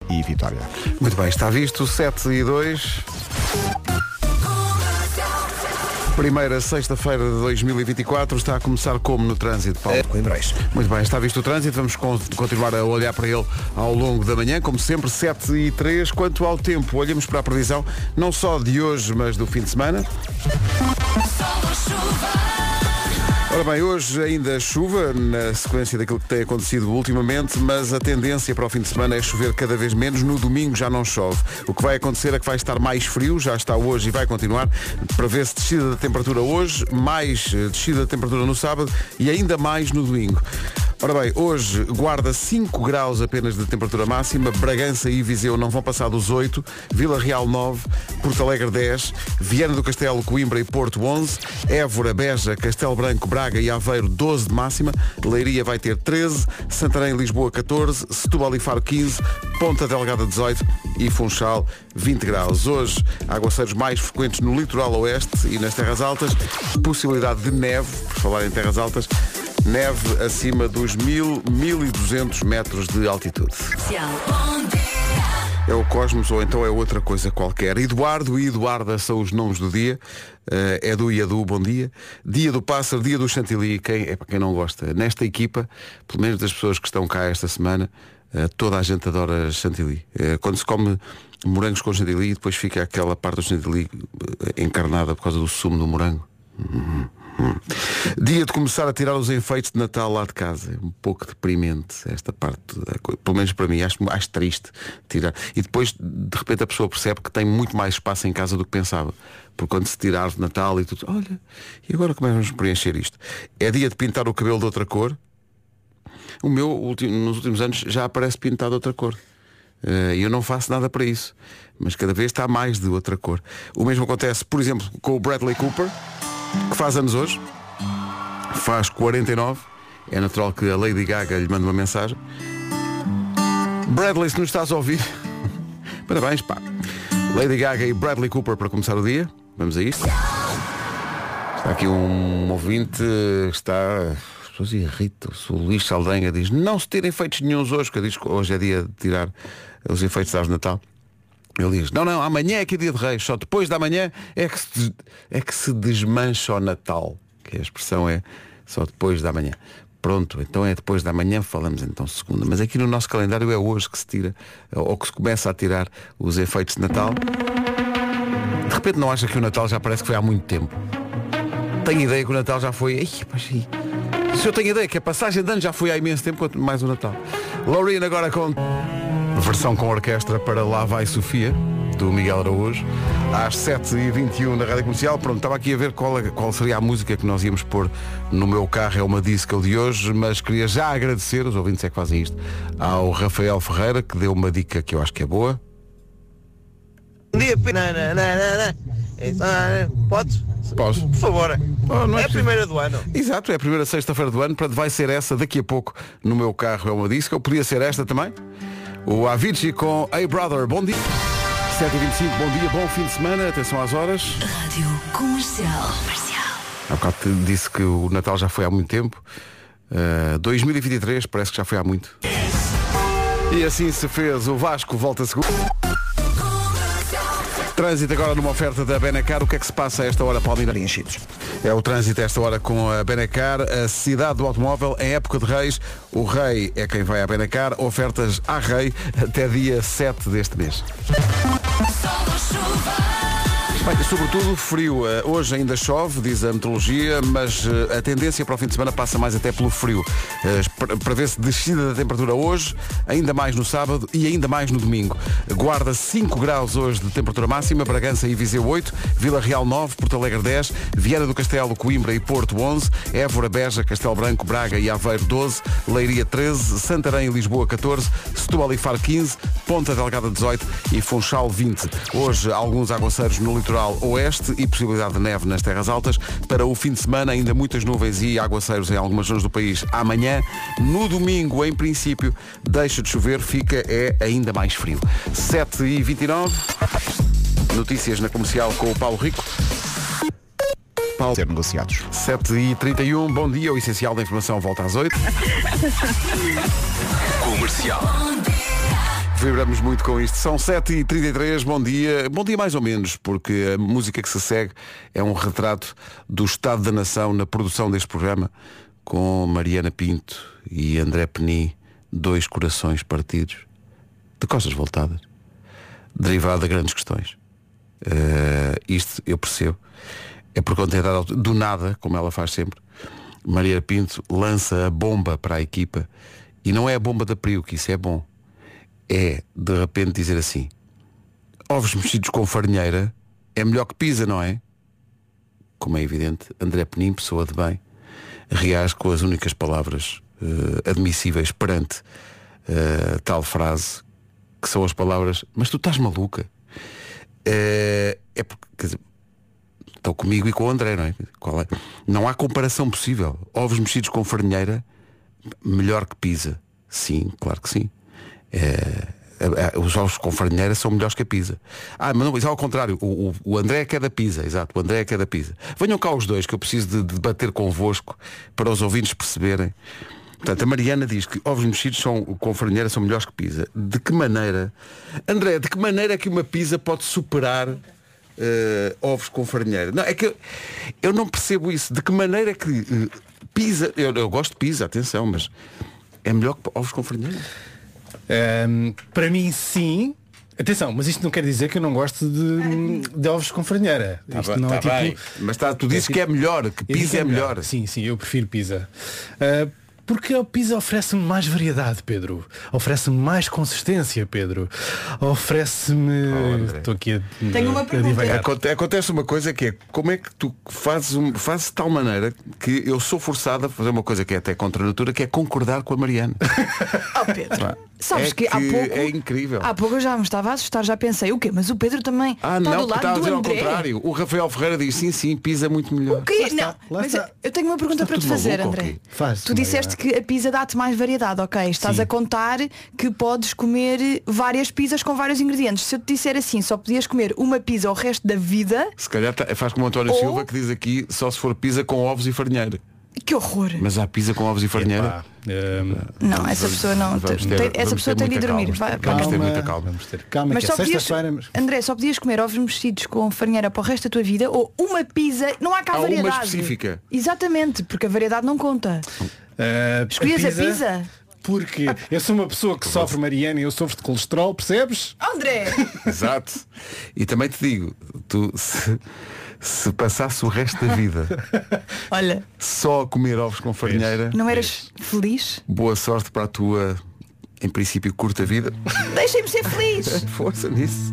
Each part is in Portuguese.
e Vitória. Muito bem, está visto, 7:02. Primeira sexta-feira de 2024 está a começar como no trânsito, Paulo? Coimbrões. Muito bem, está visto o trânsito, vamos continuar a olhar para ele ao longo da manhã, como sempre, 7:03. Quanto ao tempo, olhamos para a previsão, não só de hoje, mas do fim de semana. Ora bem, hoje ainda chuva, na sequência daquilo que tem acontecido ultimamente, mas a tendência para o fim de semana é chover cada vez menos. No domingo já não chove. O que vai acontecer é que vai estar mais frio, já está hoje e vai continuar. Prevê-se descida da temperatura hoje, mais descida da temperatura no sábado e ainda mais no domingo. Ora bem, hoje Guarda 5 graus apenas de temperatura máxima, Bragança e Viseu não vão passar dos 8, Vila Real 9, Porto Alegre 10, Viana do Castelo, Coimbra e Porto 11, Évora, Beja, Castelo Branco, Braga e Aveiro 12 de máxima, Leiria vai ter 13, Santarém e Lisboa 14, Setúbal e Faro 15, Ponta Delgada 18 e Funchal 20 graus. Hoje, aguaceiros mais frequentes no litoral oeste e nas terras altas, possibilidade de neve, por falar em terras altas, neve acima dos 1.200 metros de altitude. É o Cosmos ou então é outra coisa qualquer. Eduardo e Eduarda são os nomes do dia. Edu e Edu, bom dia. Dia do Pássaro, dia do Chantilly. É para quem não gosta. Nesta equipa, pelo menos das pessoas que estão cá esta semana, toda a gente adora Chantilly. Quando se come morangos com Chantilly, depois fica aquela parte do Chantilly encarnada por causa do sumo do morango. Dia de começar a tirar os enfeites de Natal lá de casa. É um pouco deprimente esta parte, pelo menos para mim, acho triste tirar. E depois de repente a pessoa percebe que tem muito mais espaço em casa do que pensava. Porque quando se tira a árvore de Natal e tudo, olha, e agora como é que vamos preencher isto? É dia de pintar o cabelo de outra cor. O meu, nos últimos anos, já aparece pintado de outra cor. E eu não faço nada para isso. Mas cada vez está mais de outra cor. O mesmo acontece, por exemplo, com o Bradley Cooper, que faz anos hoje, faz 49. É natural que a Lady Gaga lhe mande uma mensagem. Bradley, se nos estás a ouvir, parabéns, pá. Lady Gaga e Bradley Cooper para começar o dia. Vamos a isto. Está aqui um ouvinte, está... As pessoas irritam-se. O Luís Saldanha diz: não se tirem efeitos nenhuns hoje, que diz que hoje é dia de tirar os efeitos de Natal. Ele diz: não, amanhã é que é dia de Reis, só depois da manhã é que se desmancha o Natal. Que a expressão é só depois da manhã. Pronto, então é depois da manhã, falamos então segunda. Mas aqui no nosso calendário é hoje que se tira, ou que se começa a tirar os efeitos de Natal. De repente não acha que o Natal já parece que foi há muito tempo? Tenho ideia que o Natal já foi... Se eu tenho ideia que a passagem de ano já foi há imenso tempo, quanto mais o Natal. Loreen agora com... versão com orquestra para Lá Vai Sofia, do Miguel Araújo, às 7h21 na Rádio Comercial. Pronto, estava aqui a ver qual seria a música que nós íamos pôr no meu carro, é uma disco de hoje, mas queria já agradecer, os ouvintes é que fazem isto, ao Rafael Ferreira, que deu uma dica que eu acho que é boa. Podes? Posso? Por favor. Não é a primeira do ano. Exato, é a primeira sexta-feira do ano, vai ser essa daqui a pouco no meu carro, é uma disco. Podia ser esta também. O Avicii com Hey Brother, bom dia. 7h25, bom dia, bom fim de semana, atenção às horas. Rádio Comercial. Há bocado disse que o Natal já foi há muito tempo. 2023 parece que já foi há muito. E assim se fez, o Vasco volta seguro. Trânsito agora numa oferta da Benacar. O que é que se passa a esta hora, Palmeiras? Enchidos. É o trânsito a esta hora com a Benacar, a cidade do automóvel em época de Reis. O Rei é quem vai à Benacar. Ofertas à Rei até dia 7 deste mês. Bem, sobretudo frio. Hoje ainda chove, diz a meteorologia, mas a tendência para o fim de semana passa mais até pelo frio. Prevê-se descida da temperatura hoje, ainda mais no sábado e ainda mais no domingo. Guarda 5 graus hoje de temperatura máxima, Bragança e Viseu 8, Vila Real 9, Porto Alegre 10, Viana do Castelo, Coimbra e Porto 11, Évora, Beja, Castelo Branco, Braga e Aveiro 12, Leiria 13, Santarém e Lisboa 14, Setúbal e Faro 15, Ponta Delgada 18 e Funchal 20. Hoje alguns aguaceiros no litoral oeste e possibilidade de neve nas terras altas. Para o fim de semana ainda muitas nuvens e aguaceiros em algumas zonas do país amanhã. No domingo, em princípio, deixa de chover, fica ainda mais frio. 7h29, notícias na Comercial com o Paulo Rico. Paulo. Ser negociados. 7h31, bom dia, o essencial da informação volta às 8. Comercial. Vibramos muito com isto. São 7h33, bom dia. Bom dia mais ou menos, porque a música que se segue é um retrato do estado da nação na produção deste programa, com Mariana Pinto e André Peni, dois corações partidos, de costas voltadas, derivado de grandes questões. Isto eu percebo. É porque ontem, do nada, como ela faz sempre, Mariana Pinto lança a bomba para a equipa. E não é a bomba da Priu, que isso é bom. É, de repente, dizer assim: ovos mexidos com farinheira é melhor que pizza, não é? Como é evidente, André Penin, pessoa de bem, reage com as únicas palavras admissíveis perante tal frase, que são as palavras: mas tu estás maluca? É porque, quer dizer, estou comigo e com o André, não é? Não há comparação possível. Ovos mexidos com farinheira melhor que pizza. Sim, claro que sim. Os ovos com farinheira são melhores que a pizza. Mas não, isso é ao contrário. O André é que é da pizza. Exato, o André é que é da pizza. Venham cá os dois, que eu preciso de debater convosco para os ouvintes perceberem. Portanto, a Mariana diz que ovos mexidos com farinheira são melhores que pizza. De que maneira, André, de que maneira é que uma pizza pode superar ovos com farinheira? Não, é que eu não percebo isso. De que maneira é que pizza, eu gosto de pizza, atenção, mas é melhor que ovos com farinheira? Para mim, sim. Atenção, mas isto não quer dizer que eu não gosto de ovos com farinheira. Isto não é tipo... bem. Mas tu dizes que é melhor, que pizza é melhor. Sim, eu prefiro pizza. Porque a pizza oferece-me mais variedade, Pedro. Oferece-me mais consistência, Pedro. Oferece-me... Estou aqui a... Tenho uma pergunta. Acontece uma coisa que é: como é que tu fazes de tal maneira que eu sou forçado a fazer uma coisa que é até contra a natura, que é concordar com a Mariana. Pedro, sabes que há pouco... É incrível. Há pouco eu já me estava a assustar, já pensei, o quê? Mas o Pedro também está do lado a dizer do ao André. contrário. O Rafael Ferreira diz sim, pizza é muito melhor. O quê? Lá Não, mas está. eu tenho uma pergunta para te fazer, maluco, André. ok? Faz, Tu disseste que a pizza dá-te mais variedade, ok? Estás a contar que podes comer várias pizzas com vários ingredientes. Se eu te disser assim, só podias comer uma pizza o resto da vida... Se calhar faz como o António Silva, que diz aqui: só se for pizza com ovos e farinheira. Que horror! Mas há pizza com ovos e farinheira? Não, essa pessoa não. Essa pessoa tem de ir dormir. Vamos ter muita calma. Vamos ter calma, Mas que é só podias, sexta-feira. André, só podias comer ovos mexidos com farinheira para o resto da tua vida, ou uma pizza, não há cá Há variedade. uma específica. Exatamente, porque a variedade não conta. Escolhias a pizza? Porque eu sou uma pessoa que sofre, Mariana, e eu sofro de colesterol, percebes? André! Exato. E também te digo, tu se passasse o resto da vida Olha, só a comer ovos com farinheira, não eras feliz? boa sorte para a tua, em princípio, curta vida. Deixem-me ser feliz! Força nisso.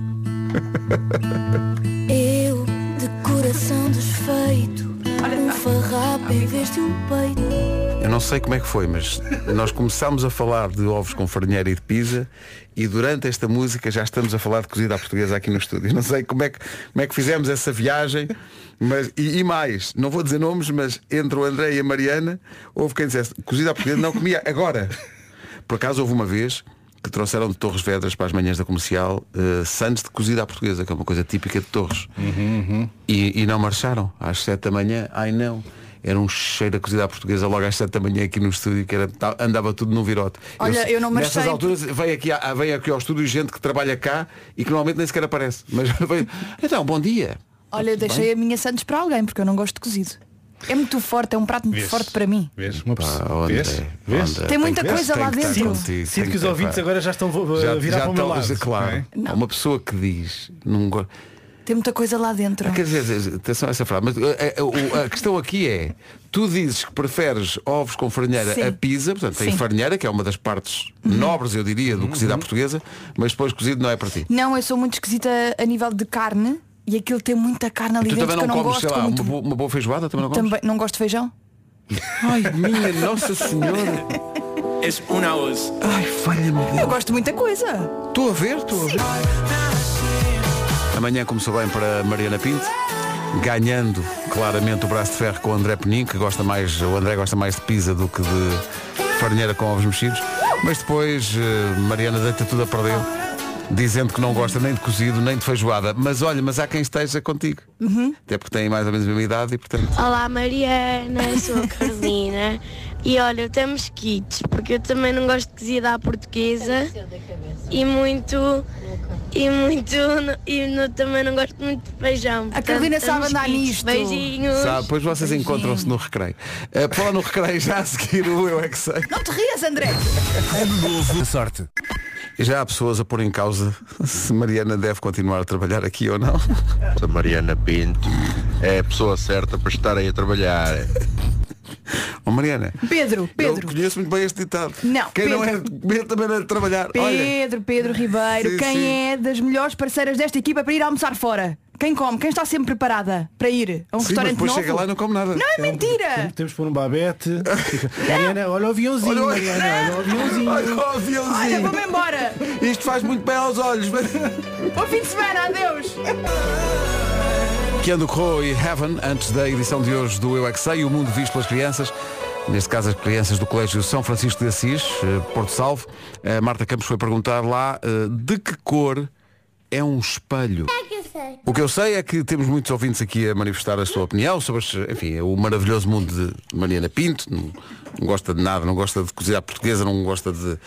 Eu, de coração desfeito, um farrapo em vez de um peito. Eu não sei como é que foi, mas nós começámos a falar de ovos com farinheira e de pizza, e durante esta música já estamos a falar de cozida à portuguesa aqui no estúdio. Não sei como é que fizemos essa viagem, mas, e mais, não vou dizer nomes, mas entre o André e a Mariana houve quem dissesse: cozida à portuguesa não comia agora. Por acaso houve uma vez que trouxeram de Torres Vedras para as manhãs da Comercial sandes de cozida à portuguesa, que é uma coisa típica de Torres. E não marcharam às 7 da manhã. Ai não, era um cheiro a cozida à portuguesa logo às 7 da manhã aqui no estúdio, que andava tudo num virote. Olha, eu não marchei. Nessas alturas veio aqui ao estúdio gente que trabalha cá e que normalmente nem sequer aparece. Mas veio: então, bom dia. Olha, eu deixei a minha Santos para alguém, porque eu não gosto de cozido. É muito forte, é um prato muito forte para mim. Vês? Uma pessoa. André, Vês? André, Tem muita que- coisa tem lá que estar dentro. contigo, Sinto tem que os ter, ouvintes pá. agora já estão a virar para o meu lado. Claro. Não. Há uma pessoa que diz: não gosto. Tem muita coisa lá dentro. Quer dizer, atenção a essa frase, mas a questão aqui é: tu dizes que preferes ovos com farinheira Sim. a pizza, portanto tem Sim. farinheira, que é uma das partes nobres, eu diria, do cozido à portuguesa, mas depois cozido não é para ti. Não, eu sou muito esquisita a nível de carne, e aquilo tem muita carne ali Tu dentro também que eu não não comes, gosto. sei lá, com muito... uma boa feijoada, também não comes? Também não gosto de feijão. Ai, minha Nossa Senhora. Es una voz. Ai, falha-me Eu Deus. gosto de muita coisa. Estou a ver. Amanhã começou bem para Mariana Pinto, ganhando claramente o braço de ferro com o André Penin, que gosta mais, o André gosta mais de pizza do que de farinheira com ovos mexidos. Mas depois Mariana deita tudo a perder, dizendo que não gosta nem de cozido, nem de feijoada. Mas olha, mas há quem esteja contigo. Até porque têm mais ou menos a mesma idade e portanto. Olá Mariana, sou a Carolina. E olha, temos kits, porque eu também não gosto de cozida à portuguesa e também não gosto muito de feijão. A Carolina sabe andar nisto. Beijinhos. Sabe, depois vocês encontram-se no recreio. Falar no recreio já a seguir o Eu É Que Sei. Não te rias, André. Novo sorte. E já há pessoas a pôr em causa se Mariana deve continuar a trabalhar aqui ou não. A Mariana Pinto é a pessoa certa para estar aí a trabalhar. Oh, Mariana. Pedro. Eu conheço muito bem este ditado. Não, quem Pedro. não é de comer também não é de trabalhar. Pedro Ribeiro, Sim, quem sim. é das melhores parceiras desta equipa para ir almoçar fora? Quem come? Quem está sempre preparada para ir a um Sim, mas restaurante depois novo? chega lá e não come nada. Não é mentira! Temos por um babete. Mariana, olha o aviãozinho, Mariana, olha o aviãozinho. Olha o aviãozinho. Olha, vou-me embora! Isto faz muito bem aos olhos. Bom fim de semana, adeus! Keanu Crowe e Heaven, antes da edição de hoje do Eu É Que Sei, o mundo visto pelas crianças. Neste caso as crianças do Colégio São Francisco de Assis, Porto Salvo. A Marta Campos foi perguntar lá de que cor é um espelho. O que eu sei é que temos muitos ouvintes aqui a manifestar a sua opinião sobre, enfim, o maravilhoso mundo de Mariana Pinto. Não gosta de nada, não gosta de cozida portuguesa, não gosta de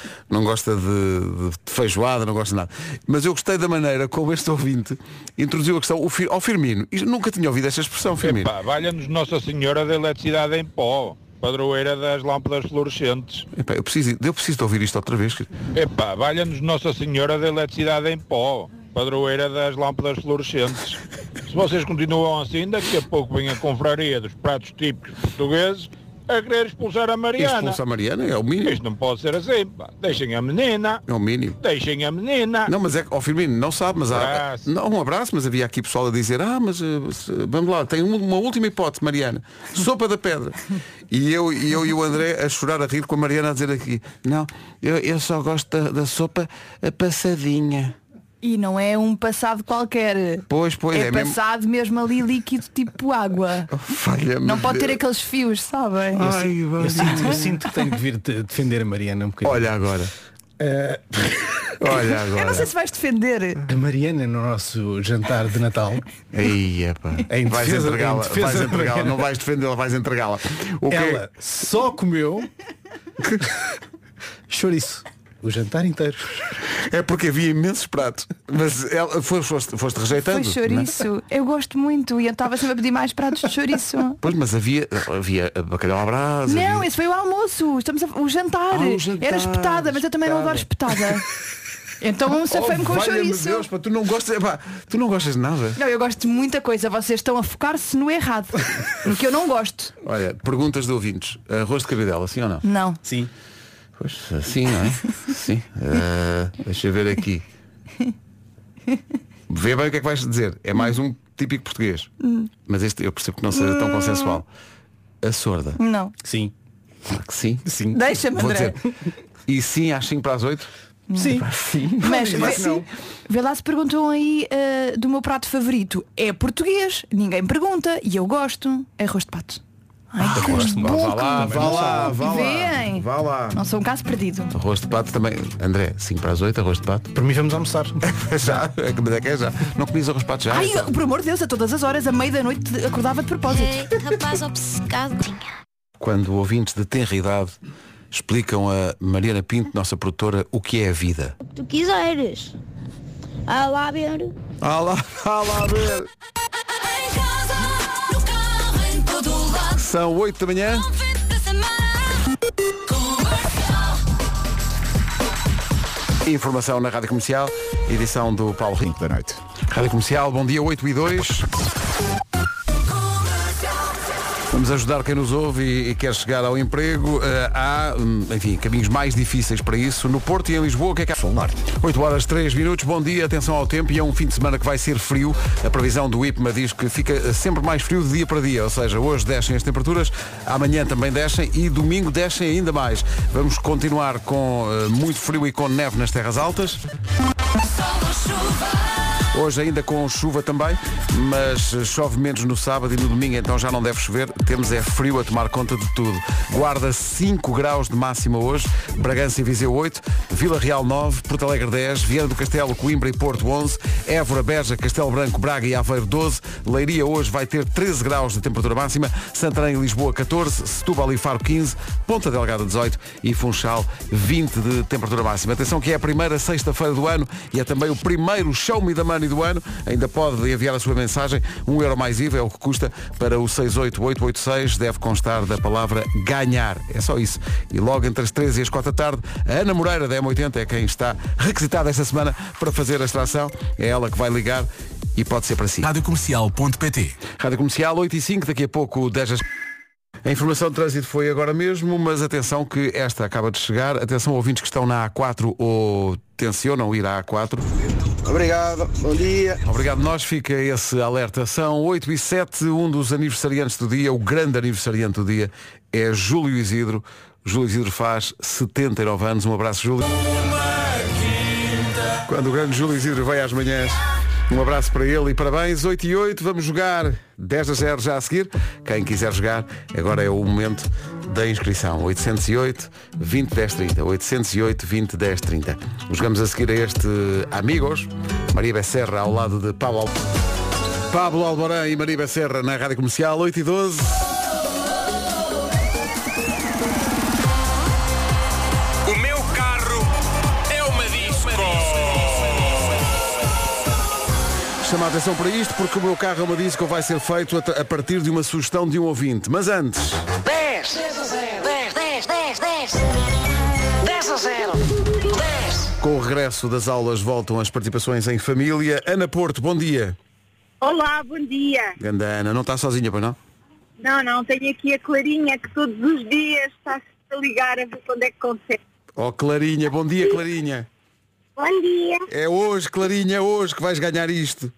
feijoada, não gosta de nada. Mas eu gostei da maneira como este ouvinte introduziu a questão ao Firmino. E nunca tinha ouvido esta expressão, Firmino. Epá, valha-nos Nossa Senhora da Eletricidade em Pó, padroeira das lâmpadas fluorescentes. Epá, eu preciso de ouvir isto outra vez. Epá, valha-nos Nossa Senhora da Eletricidade em Pó, padroeira das lâmpadas fluorescentes. Se vocês continuam assim, daqui a pouco vem a confraria dos pratos típicos portugueses a querer expulsar a Mariana. Expulsar a Mariana é o mínimo. Isto não pode ser assim, pá. Deixem a menina. É o mínimo. Deixem a menina. Não, mas é que, Firmino, não sabe, mas um abraço, mas havia aqui pessoal a dizer, mas vamos lá, tem uma última hipótese, Mariana. Sopa da pedra. E eu e o André a chorar, a rir com a Mariana a dizer aqui, não, eu só gosto da sopa passadinha. E não é um passado qualquer. Pois, é passado mesmo ali líquido tipo água. Não pode ter aqueles fios, sabem? Eu sinto que tenho que vir defender a Mariana um bocadinho. Olha agora. Olha agora. Eu não sei se vais defender. A Mariana no nosso jantar de Natal. Vais entregá-la. Não vais defendê-la, vais entregá-la. Ela só comeu chouriço. O jantar inteiro. É porque havia imensos pratos. Mas ela foste rejeitando. Foi chouriço. Não? Eu gosto muito. E eu estava sempre a pedir mais pratos de chouriço. Pois, mas havia bacalhau à brasa. Não, esse foi o almoço. O jantar. Era espetada, mas eu também não adoro espetada. Então safei-me com o chouriço. Deus, pá, tu não gostas de nada. Não, eu gosto de muita coisa. Vocês estão a focar-se no errado. No que eu não gosto. Olha, perguntas de ouvintes. Arroz de cabidela, sim ou não? Não. Sim. Pois, sim, não é? Sim. Deixa eu ver aqui. Vê bem o que é que vais dizer. É mais um típico português. Mas este eu percebo que não seja tão consensual. A sorda. Não. Sim. Claro que sim. Sim. Deixa-me, André. E sim às 5 para as 8? Sim. Sim. Mas vê lá se perguntam aí do meu prato favorito. É português. Ninguém pergunta. E eu gosto. É arroz de pato. Ai, que bom. Vá lá. Não sou um caso perdido. Arroz de pato também. André, 5 para as 8, arroz de pato. Para mim vamos almoçar. Já, é já. Não comias arroz de pato já? Ai, por amor de Deus, a todas as horas, à meia da noite acordava de propósito. Rapaz obcecado. Quando ouvintes de tenra idade explicam a Mariana Pinto, nossa produtora, o que é a vida. O que tu quiseres. A lá ver. A lá ver. São 8 da manhã. Informação na Rádio Comercial, edição do Paulo Rico da noite. Rádio Comercial, bom dia, 8:02. Vamos ajudar quem nos ouve e quer chegar ao emprego. Há, enfim, caminhos mais difíceis para isso. No Porto e em Lisboa, o que é que há? Sol Norte. 8h03. Bom dia, atenção ao tempo. E é um fim de semana que vai ser frio. A previsão do IPMA diz que fica sempre mais frio de dia para dia. Ou seja, hoje descem as temperaturas, amanhã também descem e domingo descem ainda mais. Vamos continuar com muito frio e com neve nas terras altas. Hoje ainda com chuva também, mas chove menos no sábado e no domingo, então já não deve chover. Temos é frio a tomar conta de tudo. Guarda 5 graus de máxima hoje, Bragança e Viseu 8, Vila Real 9, Porto Alegre 10, Viana do Castelo, Coimbra e Porto 11, Évora, Beja, Castelo Branco, Braga e Aveiro 12, Leiria hoje vai ter 13 graus de temperatura máxima, Santarém e Lisboa 14, Setúbal e Faro 15, Ponta Delgada 18 e Funchal 20 de temperatura máxima. Atenção que é a primeira sexta-feira do ano e é também o primeiro Show Me the Money do ano. Ainda pode enviar a sua mensagem, €1 mais IVA é o que custa para o 68886, deve constar da palavra ganhar. É só isso. E logo entre as 13 e as 4 da tarde, a Ana Moreira da M80 é quem está requisitada esta semana para fazer a extração. É ela que vai ligar e pode ser para si. Radiocomercial.pt. Rádio Comercial 8h05, daqui a pouco 10 às... A informação de trânsito foi agora mesmo, mas atenção que esta acaba de chegar. Atenção ouvintes que estão na A4 ou tencionam ir à A4. Obrigado, bom dia. Obrigado, nós fica esse alerta. São 8h07, um dos aniversariantes do dia, o grande aniversariante do dia, é Júlio Isidro. Júlio Isidro faz 79 anos. Um abraço, Júlio. Quando o grande Júlio Isidro vai às manhãs. Um abraço para ele e parabéns. 8h08, vamos jogar 10-0 já a seguir. Quem quiser jogar, agora é o momento da inscrição. 808 20 10 30. 808 20 10 30. Jogamos a seguir a este Amigos. Maria Becerra ao lado de Pablo Alborán e Maria Becerra na Rádio Comercial. 8h12. O meu carro é uma disco. Chama a atenção para isto porque o meu carro é uma disco vai ser feito a partir de uma sugestão de um ouvinte. Mas antes... 10 a 0. 10, 10, 10, 10. 10 a 0. 10. Com o regresso das aulas voltam as participações em família. Ana Porto, bom dia. Olá, bom dia. Ganda Ana, não está sozinha, pois não? Não, tenho aqui a Clarinha que todos os dias está a ligar a ver quando é que consegue. Oh, Clarinha, bom dia, Clarinha. Bom dia. É hoje, Clarinha, é hoje que vais ganhar isto.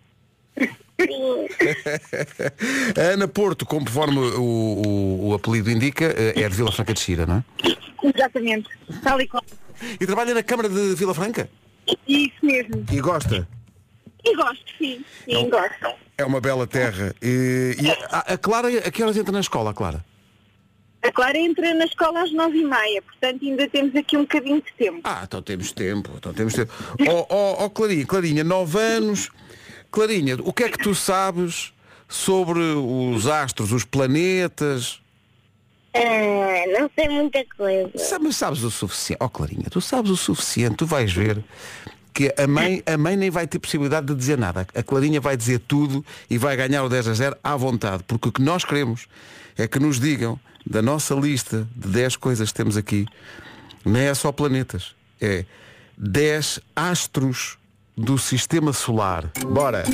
A Ana Porto, conforme o apelido indica, é de Vila Franca de Xira, não é? Exatamente, tal e qual. E trabalha na Câmara de Vila Franca? Isso mesmo. E gosta? E gosto, sim, gosto. É uma bela terra. E a Clara, a que horas entra na escola, a Clara? A Clara entra na escola às 9h30, portanto ainda temos aqui um bocadinho de tempo. Então temos tempo. Clarinha, 9 anos... Clarinha, o que é que tu sabes sobre os astros, os planetas? Não sei muita coisa. Mas sabes o suficiente? Clarinha, tu sabes o suficiente, tu vais ver que a mãe nem vai ter possibilidade de dizer nada. A Clarinha vai dizer tudo e vai ganhar o 10-0 à vontade, porque o que nós queremos é que nos digam da nossa lista de 10 coisas que temos aqui, não é só planetas, é 10 astros do Sistema Solar. Bora!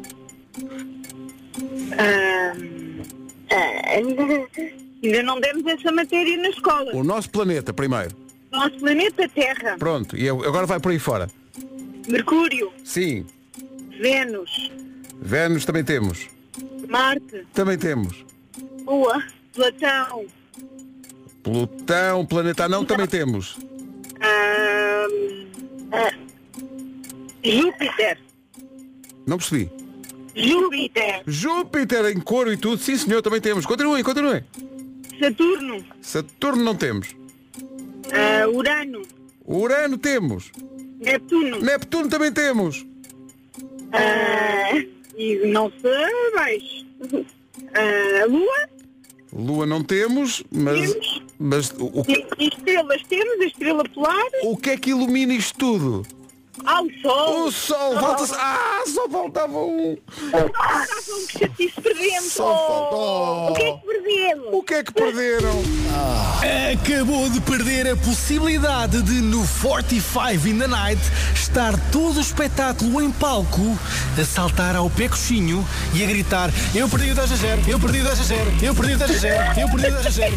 Ainda não demos essa matéria na escola. O nosso planeta, primeiro. O nosso planeta Terra. Pronto, e agora vai por aí fora. Mercúrio. Sim. Vênus. Vênus também temos. Marte. Também temos. Lua. Plutão. Plutão, planeta Anão também temos. Júpiter. Não percebi. Júpiter em couro e tudo. Sim, senhor, também temos. Continuem. Saturno não temos. Urano temos. Neptuno também temos. E não sei mais. Lua não temos, mas estrelas temos, a estrela polar. O que é que ilumina isto tudo? O Sol. O Sol, volta-se. Só faltava um. Que chatice, perdemos. O que é que perderam? Acabou de perder a possibilidade de no 45 in the Night estar todo o espetáculo em palco a saltar ao pé coxinho e a gritar: eu perdi o 10-0, eu perdi o 10-0, eu perdi o 10-0, eu perdi o 10-0.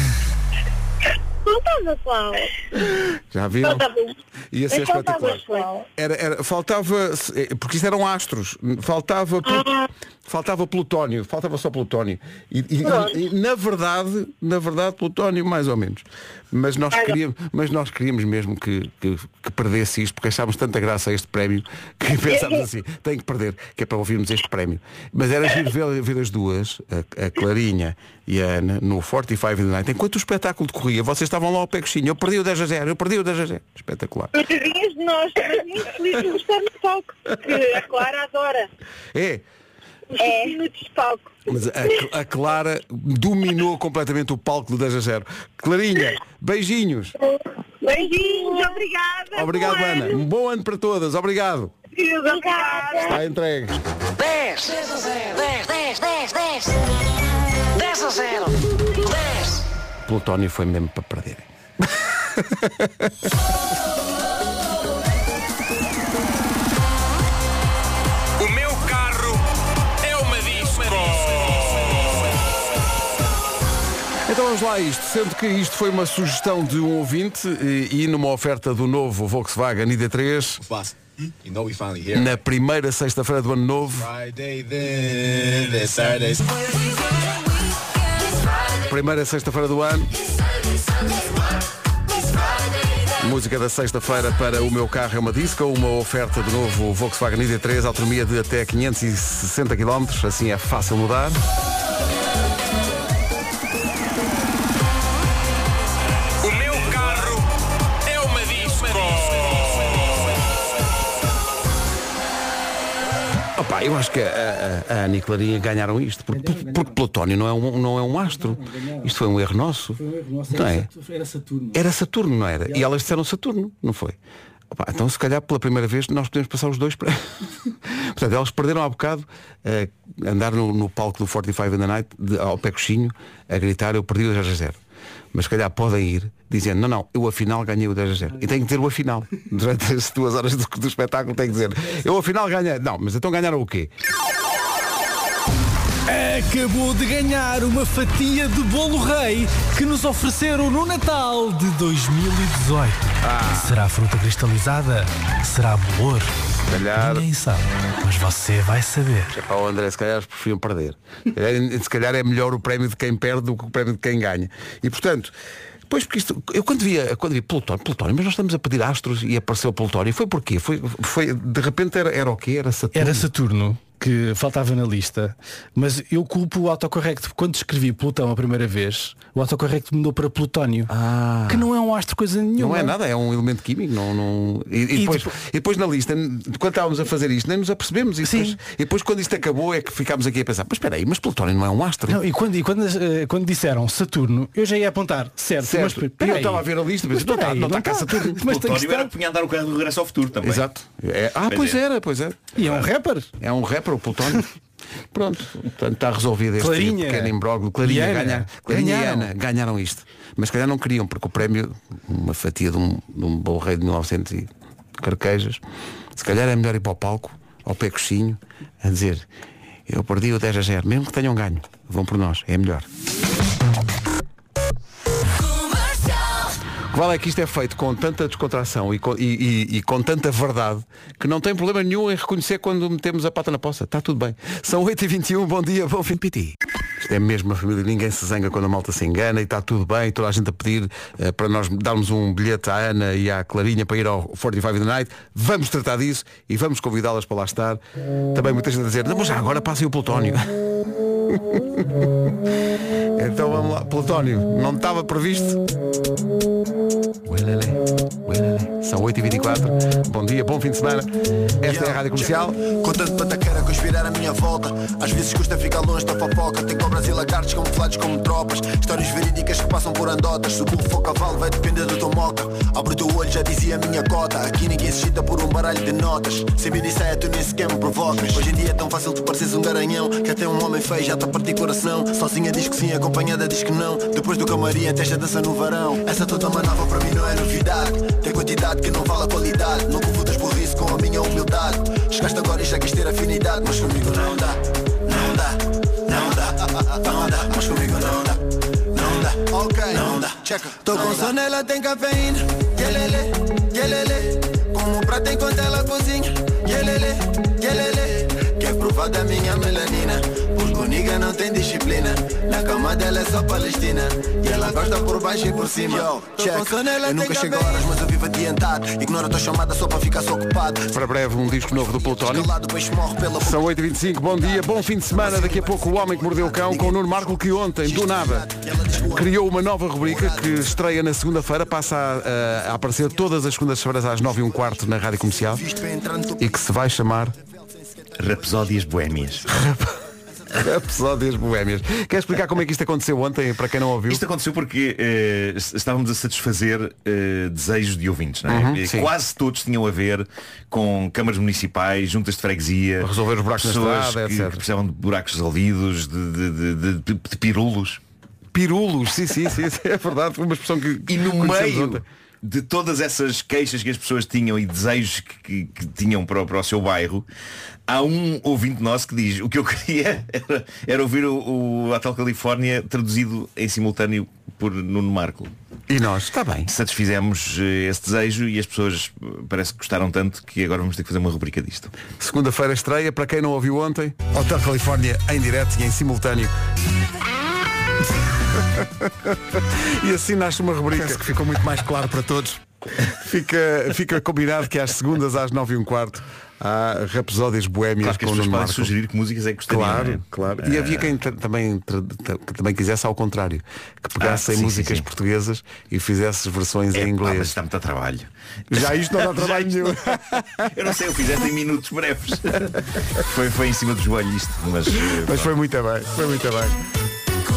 Faltava qual? Já viram? Ia ser espetacular. Faltava, porque isto eram astros. faltava plutónio, faltava só plutónio. E na verdade, plutónio mais ou menos. Mas nós queríamos mesmo que perdesse isto, porque achávamos tanta graça a este prémio que pensámos assim, tem que perder, que é para ouvirmos este prémio. Mas era giro ver as duas, a Clarinha e a Ana, no 45 in the Night. Enquanto o espetáculo decorria, vocês estavam lá ao pé coxinho, eu perdi o 10-0. Espetacular. Coitadinhas de nós, estamos muito felizes de estar no palco, porque a Clara adora. É. Os 5 minutos de palco. Mas a Clara dominou completamente o palco do 10-0. Clarinha, beijinhos. Beijinhos, obrigada. Obrigado, Ana. Um bom ano para todas. Obrigado. Obrigada. Está entregue. 10, 10 a 0, 10, 10, 10, 10. 10 a 0, 10. Plutónio foi mesmo para perder. O meu carro é uma disco. Então vamos lá a isto, sendo que isto foi uma sugestão de um ouvinte e numa oferta do novo Volkswagen ID3 na primeira sexta-feira do ano novo. Primeira sexta-feira do ano. Música da sexta-feira para O Meu Carro é uma Disco, uma oferta do novo Volkswagen ID3, autonomia de até 560 km, assim é fácil mudar. O meu carro é uma disco. Opa, eu acho que a Ana e a Clarinha ganharam isto, porque Plutónio não é um astro. Isto foi um erro nosso. Não é? Era Saturno. Era Saturno, não era? E elas disseram Saturno, não foi? Opa, então se calhar pela primeira vez nós podemos passar os dois para... Portanto, elas perderam há bocado andar no palco do 45 in the Night, ao pé coxinho, a gritar, eu perdi o 10-0. Mas se calhar podem ir dizendo, não, eu afinal ganhei o 10-0. E tenho que dizer o afinal. Durante as 2 horas do espetáculo tenho que dizer, eu afinal ganhei. Não, mas então ganharam o quê? Acabou de ganhar uma fatia de bolo rei que nos ofereceram no Natal de 2018. Será fruta cristalizada? Será bolor? Calhar... Ninguém sabe, mas você vai saber. Para o André, se calhar eles preferiam perder. Se calhar é melhor o prémio de quem perde do que o prémio de quem ganha. E portanto, pois porque isto, eu quando vi Plutónio, mas nós estamos a pedir astros e apareceu Plutónio. Foi porquê? Foi de repente era o quê? Era Saturno? Era Saturno que faltava na lista, mas eu culpo o autocorrecto. Quando escrevi Plutão a primeira vez, o autocorrecto mudou para Plutónio, que não é um astro coisa nenhuma. Não é nada, é um elemento químico. E depois na lista, quando estávamos a fazer isto, nem nos apercebemos. E depois quando isto acabou é que ficámos aqui a pensar, mas espera aí, mas Plutónio não é um astro? Não, e quando disseram Saturno, eu já ia apontar, certo. Mas eu estava a ver a lista, mas não está cá Saturno. Mas Plutónio era que punha a andar o carro do Regresso ao Futuro também. Exato. Pois é. E é um rapper. É um rapper, o Plutónio. Pronto, portanto está resolvido este pequeno imbróglio. Clarinha e Ana ganharam isto. Mas se calhar não queriam, porque o prémio, uma fatia de um bolo rei de 1900 e carquejas, se calhar é melhor ir para o palco, ao pé coxinho, a dizer, eu perdi o 10-0, mesmo que tenham ganho, vão por nós, é melhor. O que vale é que isto é feito com tanta descontração e com tanta verdade que não tem problema nenhum em reconhecer quando metemos a pata na poça. Está tudo bem. São 8h21, bom dia, bom fim de piti. Isto é mesmo uma família, ninguém se zanga quando a malta se engana e está tudo bem, toda a gente a pedir para nós darmos um bilhete à Ana e à Clarinha para ir ao 45 in the Night. Vamos tratar disso e vamos convidá-las para lá estar. Também muita gente a dizer, não, mas já agora passem o Plutónio. Então vamos lá, Plutónio, não estava previsto. São 8h24. Bom dia, bom fim de semana. Esta é a Rádio Comercial. Com tanto pataqueira conspirar à minha volta, às vezes custa ficar longe da fofoca. Tem cobras e lagartos camuflados como tropas, histórias verídicas que passam por andotas. Se o burro for cavalo vai depender da tua moca. Abre o teu olho, já dizia a minha cota. Aqui ninguém se chita por um baralho de notas. Sem me disser, tu nem sequer me provocas. Hoje em dia é tão fácil tu pareces um garanhão, que até um homem feio já te a partir coração. Sozinha diz que sim, acompanhada diz que não. Depois do camarim até já dança no varão. Essa toda manava para mim não é novidade. Tem quantidade que não vale a qualidade. Não confundas burrice com a minha humildade. Chegaste agora e já quis ter afinidade, mas comigo não dá. Não dá, não dá, não dá. Mas comigo não dá, não dá. Ok, não dá. Checa. Tô com sono, ela tem cafeína. Yelele, yelele. Como prato enquanto ela cozinha. Yelele, yelele. Quer provar da minha melanina. amiga não tem disciplina. Na cama dela é só Palestina. E ela gosta por baixo e por cima. Yo, check. Eu nunca chego a horas, mas eu vivo adiantado. Ignora a tua chamada só para ficar ocupado. Para breve um disco novo do Plutónio. São 8h25, bom dia, bom fim de semana. Daqui a pouco o Homem que Mordeu o Cão com o Nuno Marco, que ontem, do nada, criou uma nova rubrica que estreia na segunda-feira, passa a aparecer todas as segundas-feiras às 9h15 na Rádio Comercial e que se vai chamar Rapsódias Boémias. Rapsódias Boémias. Quer explicar como é que isto aconteceu ontem, para quem não ouviu? Isto aconteceu porque estávamos a satisfazer desejos de ouvintes, não é? Quase todos tinham a ver com câmaras municipais, juntas de freguesia, resolver os buracos na estrada, etc. Que precisavam de buracos resolvidos, de pirulos. Pirulos, sim, é verdade, foi uma expressão que... E no meio de todas essas queixas que as pessoas tinham e desejos que tinham para o seu bairro, há um ouvinte nosso que diz: o que eu queria era ouvir o Hotel Califórnia traduzido em simultâneo por Nuno Marco. E nós, está bem. Satisfizemos esse desejo e as pessoas parece que gostaram tanto que agora vamos ter que fazer uma rubrica disto. Segunda-feira estreia, para quem não ouviu ontem, Hotel Califórnia em direto e em simultâneo. E assim nasce uma rubrica. Penso que ficou muito mais claro para todos. Fica combinado que às segundas às 9h15 há Rapsódias Boémias, claro que as pessoas podem sugerir que músicas é que gostariam. Claro. E havia quem também quisesse ao contrário, que pegasse em músicas portuguesas e fizesse versões em inglês. Mas está muito a trabalho. Já isto não dá trabalho nenhum. Eu não sei, eu fizeste em minutos breves. Foi em cima do joelho isto. Mas foi muito bem. Foi muito bem.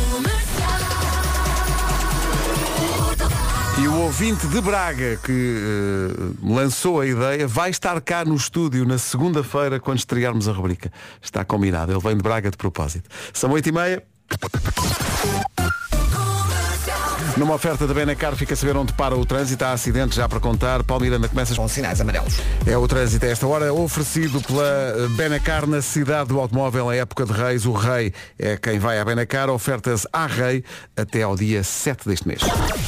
E o ouvinte de Braga que lançou a ideia vai estar cá no estúdio na segunda-feira quando estrearmos a rubrica. Está combinado, ele vem de Braga de propósito. São 8h30. Numa oferta da Benacar, fica a saber onde para o trânsito. Há acidentes já para contar. Paulo Miranda, começas com sinais amarelos. É o trânsito a esta hora, oferecido pela Benacar na cidade do automóvel, em época de Reis. O Rei é quem vai à Benacar. Ofertas à Rei até ao dia 7 deste mês.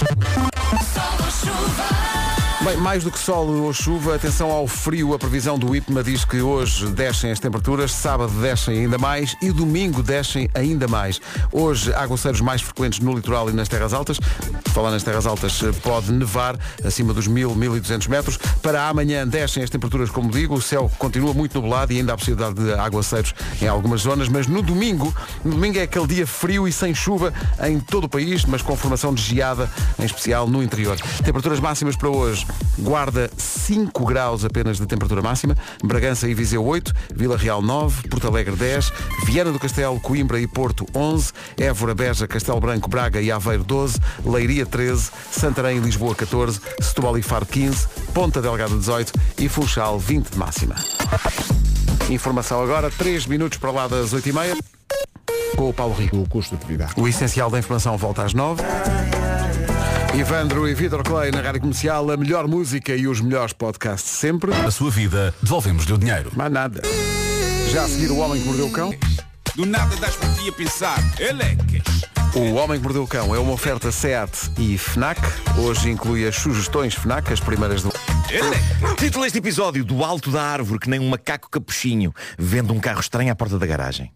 Bem, mais do que sol ou chuva, atenção ao frio. A previsão do IPMA diz que hoje descem as temperaturas, sábado descem ainda mais e domingo descem ainda mais. Hoje, aguaceiros mais frequentes no litoral e nas terras altas. Falar nas terras altas, pode nevar acima dos 1.200 metros. Para amanhã descem as temperaturas, como digo, o céu continua muito nublado e ainda há possibilidade de aguaceiros em algumas zonas, mas no domingo é aquele dia frio e sem chuva em todo o país, mas com formação de geada, em especial no interior. Temperaturas máximas para hoje: Guarda 5 graus apenas de temperatura máxima, Bragança e Viseu 8, Vila Real 9, Porto Alegre 10, Viana do Castelo, Coimbra e Porto 11, Évora, Beja, Castelo Branco, Braga e Aveiro 12, Leiria 13, Santarém e Lisboa 14, Setúbal e Faro 15, Ponta Delgada 18 e Funchal 20 de máxima. Informação agora, 3 minutos para lá das 8h30, com o Paulo Rico. O custo de vida. O essencial da informação volta às 9. Ivandro e Vitor Clay na Rádio Comercial, a melhor música e os melhores podcasts sempre. A sua vida, devolvemos-lhe o dinheiro. Mais nada. Já a seguir, o Homem que Mordeu o Cão. Do nada das por ti a pensar, elecas. O Homem que Mordeu o Cão é uma oferta SEAT e FNAC. Hoje inclui as sugestões FNAC, as primeiras do... Título deste episódio: do alto da árvore, que nem um macaco capuchinho, vendo um carro estranho à porta da garagem.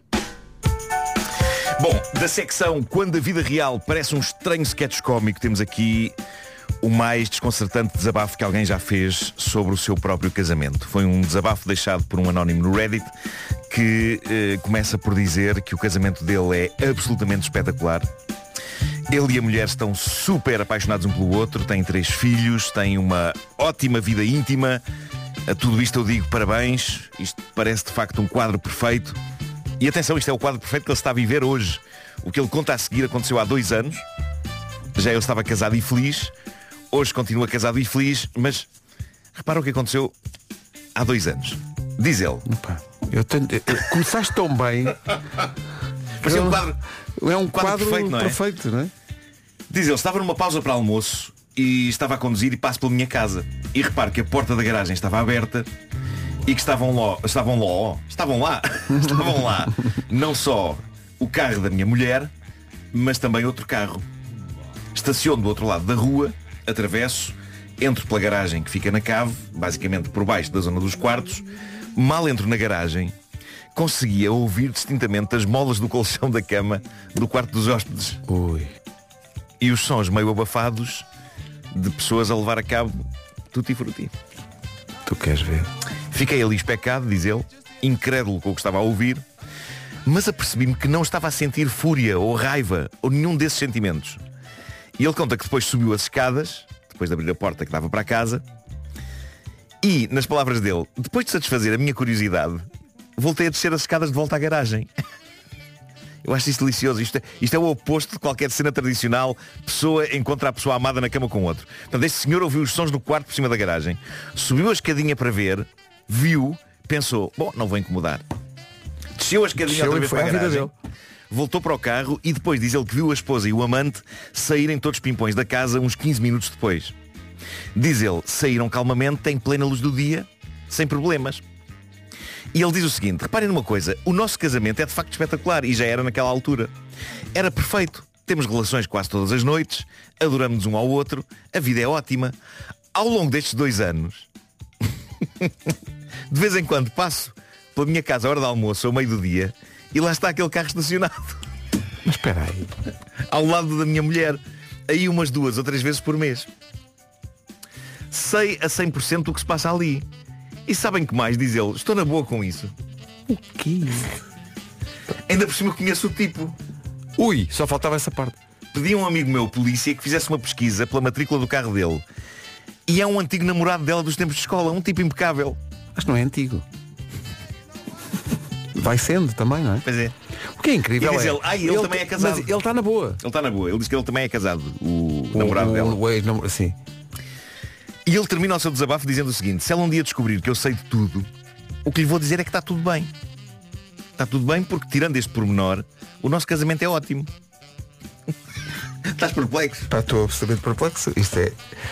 Bom, da secção Quando a Vida Real parece um estranho sketch cómico, temos aqui o mais desconcertante desabafo que alguém já fez sobre o seu próprio casamento. Foi um desabafo deixado por um anónimo no Reddit que começa por dizer que o casamento dele é absolutamente espetacular. Ele e a mulher estão super apaixonados um pelo outro, têm 3 filhos, têm uma ótima vida íntima. A tudo isto eu digo parabéns, isto parece de facto um quadro perfeito. E atenção, isto é o quadro perfeito que ele está a viver hoje. O que ele conta a seguir aconteceu há 2 anos. Já ele estava casado e feliz. Hoje continua casado e feliz. Mas repara o que aconteceu há 2 anos. Diz ele. Opa, começaste tão bem. Parecia um quadro. É um quadro perfeito, não é? Perfeito, não é? Diz ele, estava numa pausa para almoço e estava a conduzir e passo pela minha casa. E reparo que a porta da garagem estava aberta e que estavam lá não só o carro da minha mulher, mas também outro carro. Estaciono do outro lado da rua, atravesso, entro pela garagem que fica na cave, basicamente por baixo da zona dos quartos. Mal entro na garagem, conseguia ouvir distintamente as molas do colchão da cama do quarto dos hóspedes. Ui. E os sons meio abafados de pessoas a levar a cabo tutti frutti. Tu queres ver? Fiquei ali especado, diz ele, incrédulo com o que estava a ouvir, mas apercebi-me que não estava a sentir fúria ou raiva ou nenhum desses sentimentos. E ele conta que depois subiu as escadas, depois de abrir a porta que dava para a casa, e, nas palavras dele, depois de satisfazer a minha curiosidade, voltei a descer as escadas de volta à garagem. Eu acho isto delicioso. Isto é o oposto de qualquer cena tradicional. Pessoa encontra a pessoa amada na cama com outro. Portanto, este senhor ouviu os sons do quarto por cima da garagem, subiu a escadinha para ver, viu, pensou, bom, não vou incomodar. Desceu a escadinha outra vez para a garagem, voltou para o carro e depois diz ele que viu a esposa e o amante saírem todos pimpões da casa uns 15 minutos depois. Diz ele, saíram calmamente, em plena luz do dia, sem problemas. E ele diz o seguinte, reparem numa coisa, o nosso casamento é de facto espetacular e já era naquela altura. Era perfeito, temos relações quase todas as noites, adoramos-nos um ao outro, a vida é ótima. Ao longo destes 2 anos, de vez em quando passo pela minha casa à hora de almoço, ao meio do dia, e lá está aquele carro estacionado. Mas espera aí. Ao lado da minha mulher, aí umas 2 ou 3 vezes por mês. Sei a 100% o que se passa ali. E sabem que mais, diz ele, estou na boa com isso. O quê? Ainda por cima conheço o tipo. Ui, só faltava essa parte. Pedi a um amigo meu, polícia, que fizesse uma pesquisa pela matrícula do carro dele. E é um antigo namorado dela dos tempos de escola, um tipo impecável. Mas não é antigo. Vai sendo também, não é? Pois é. O que é incrível e diz é... ele também é casado. Mas ele está na boa. Ele está na boa. Ele diz que ele também é casado, o namorado dela. Sim. E ele termina o seu desabafo dizendo o seguinte, se ela um dia descobrir que eu sei de tudo, o que lhe vou dizer é que está tudo bem. Está tudo bem porque, tirando este pormenor, o nosso casamento é ótimo. Estás perplexo? Pá, estou absolutamente perplexo. Isto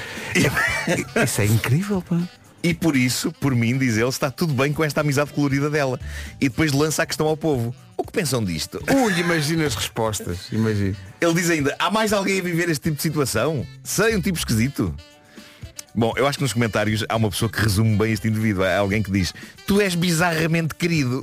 é incrível, pá. E por isso, por mim, diz ele, está tudo bem com esta amizade colorida dela. E depois lança a questão ao povo. O que pensam disto? Ui, imagina as respostas. Imagina. Ele diz ainda, há mais alguém a viver este tipo de situação? Sei, um tipo esquisito. Bom, eu acho que nos comentários há uma pessoa que resume bem este indivíduo. Há alguém que diz, tu és bizarramente querido.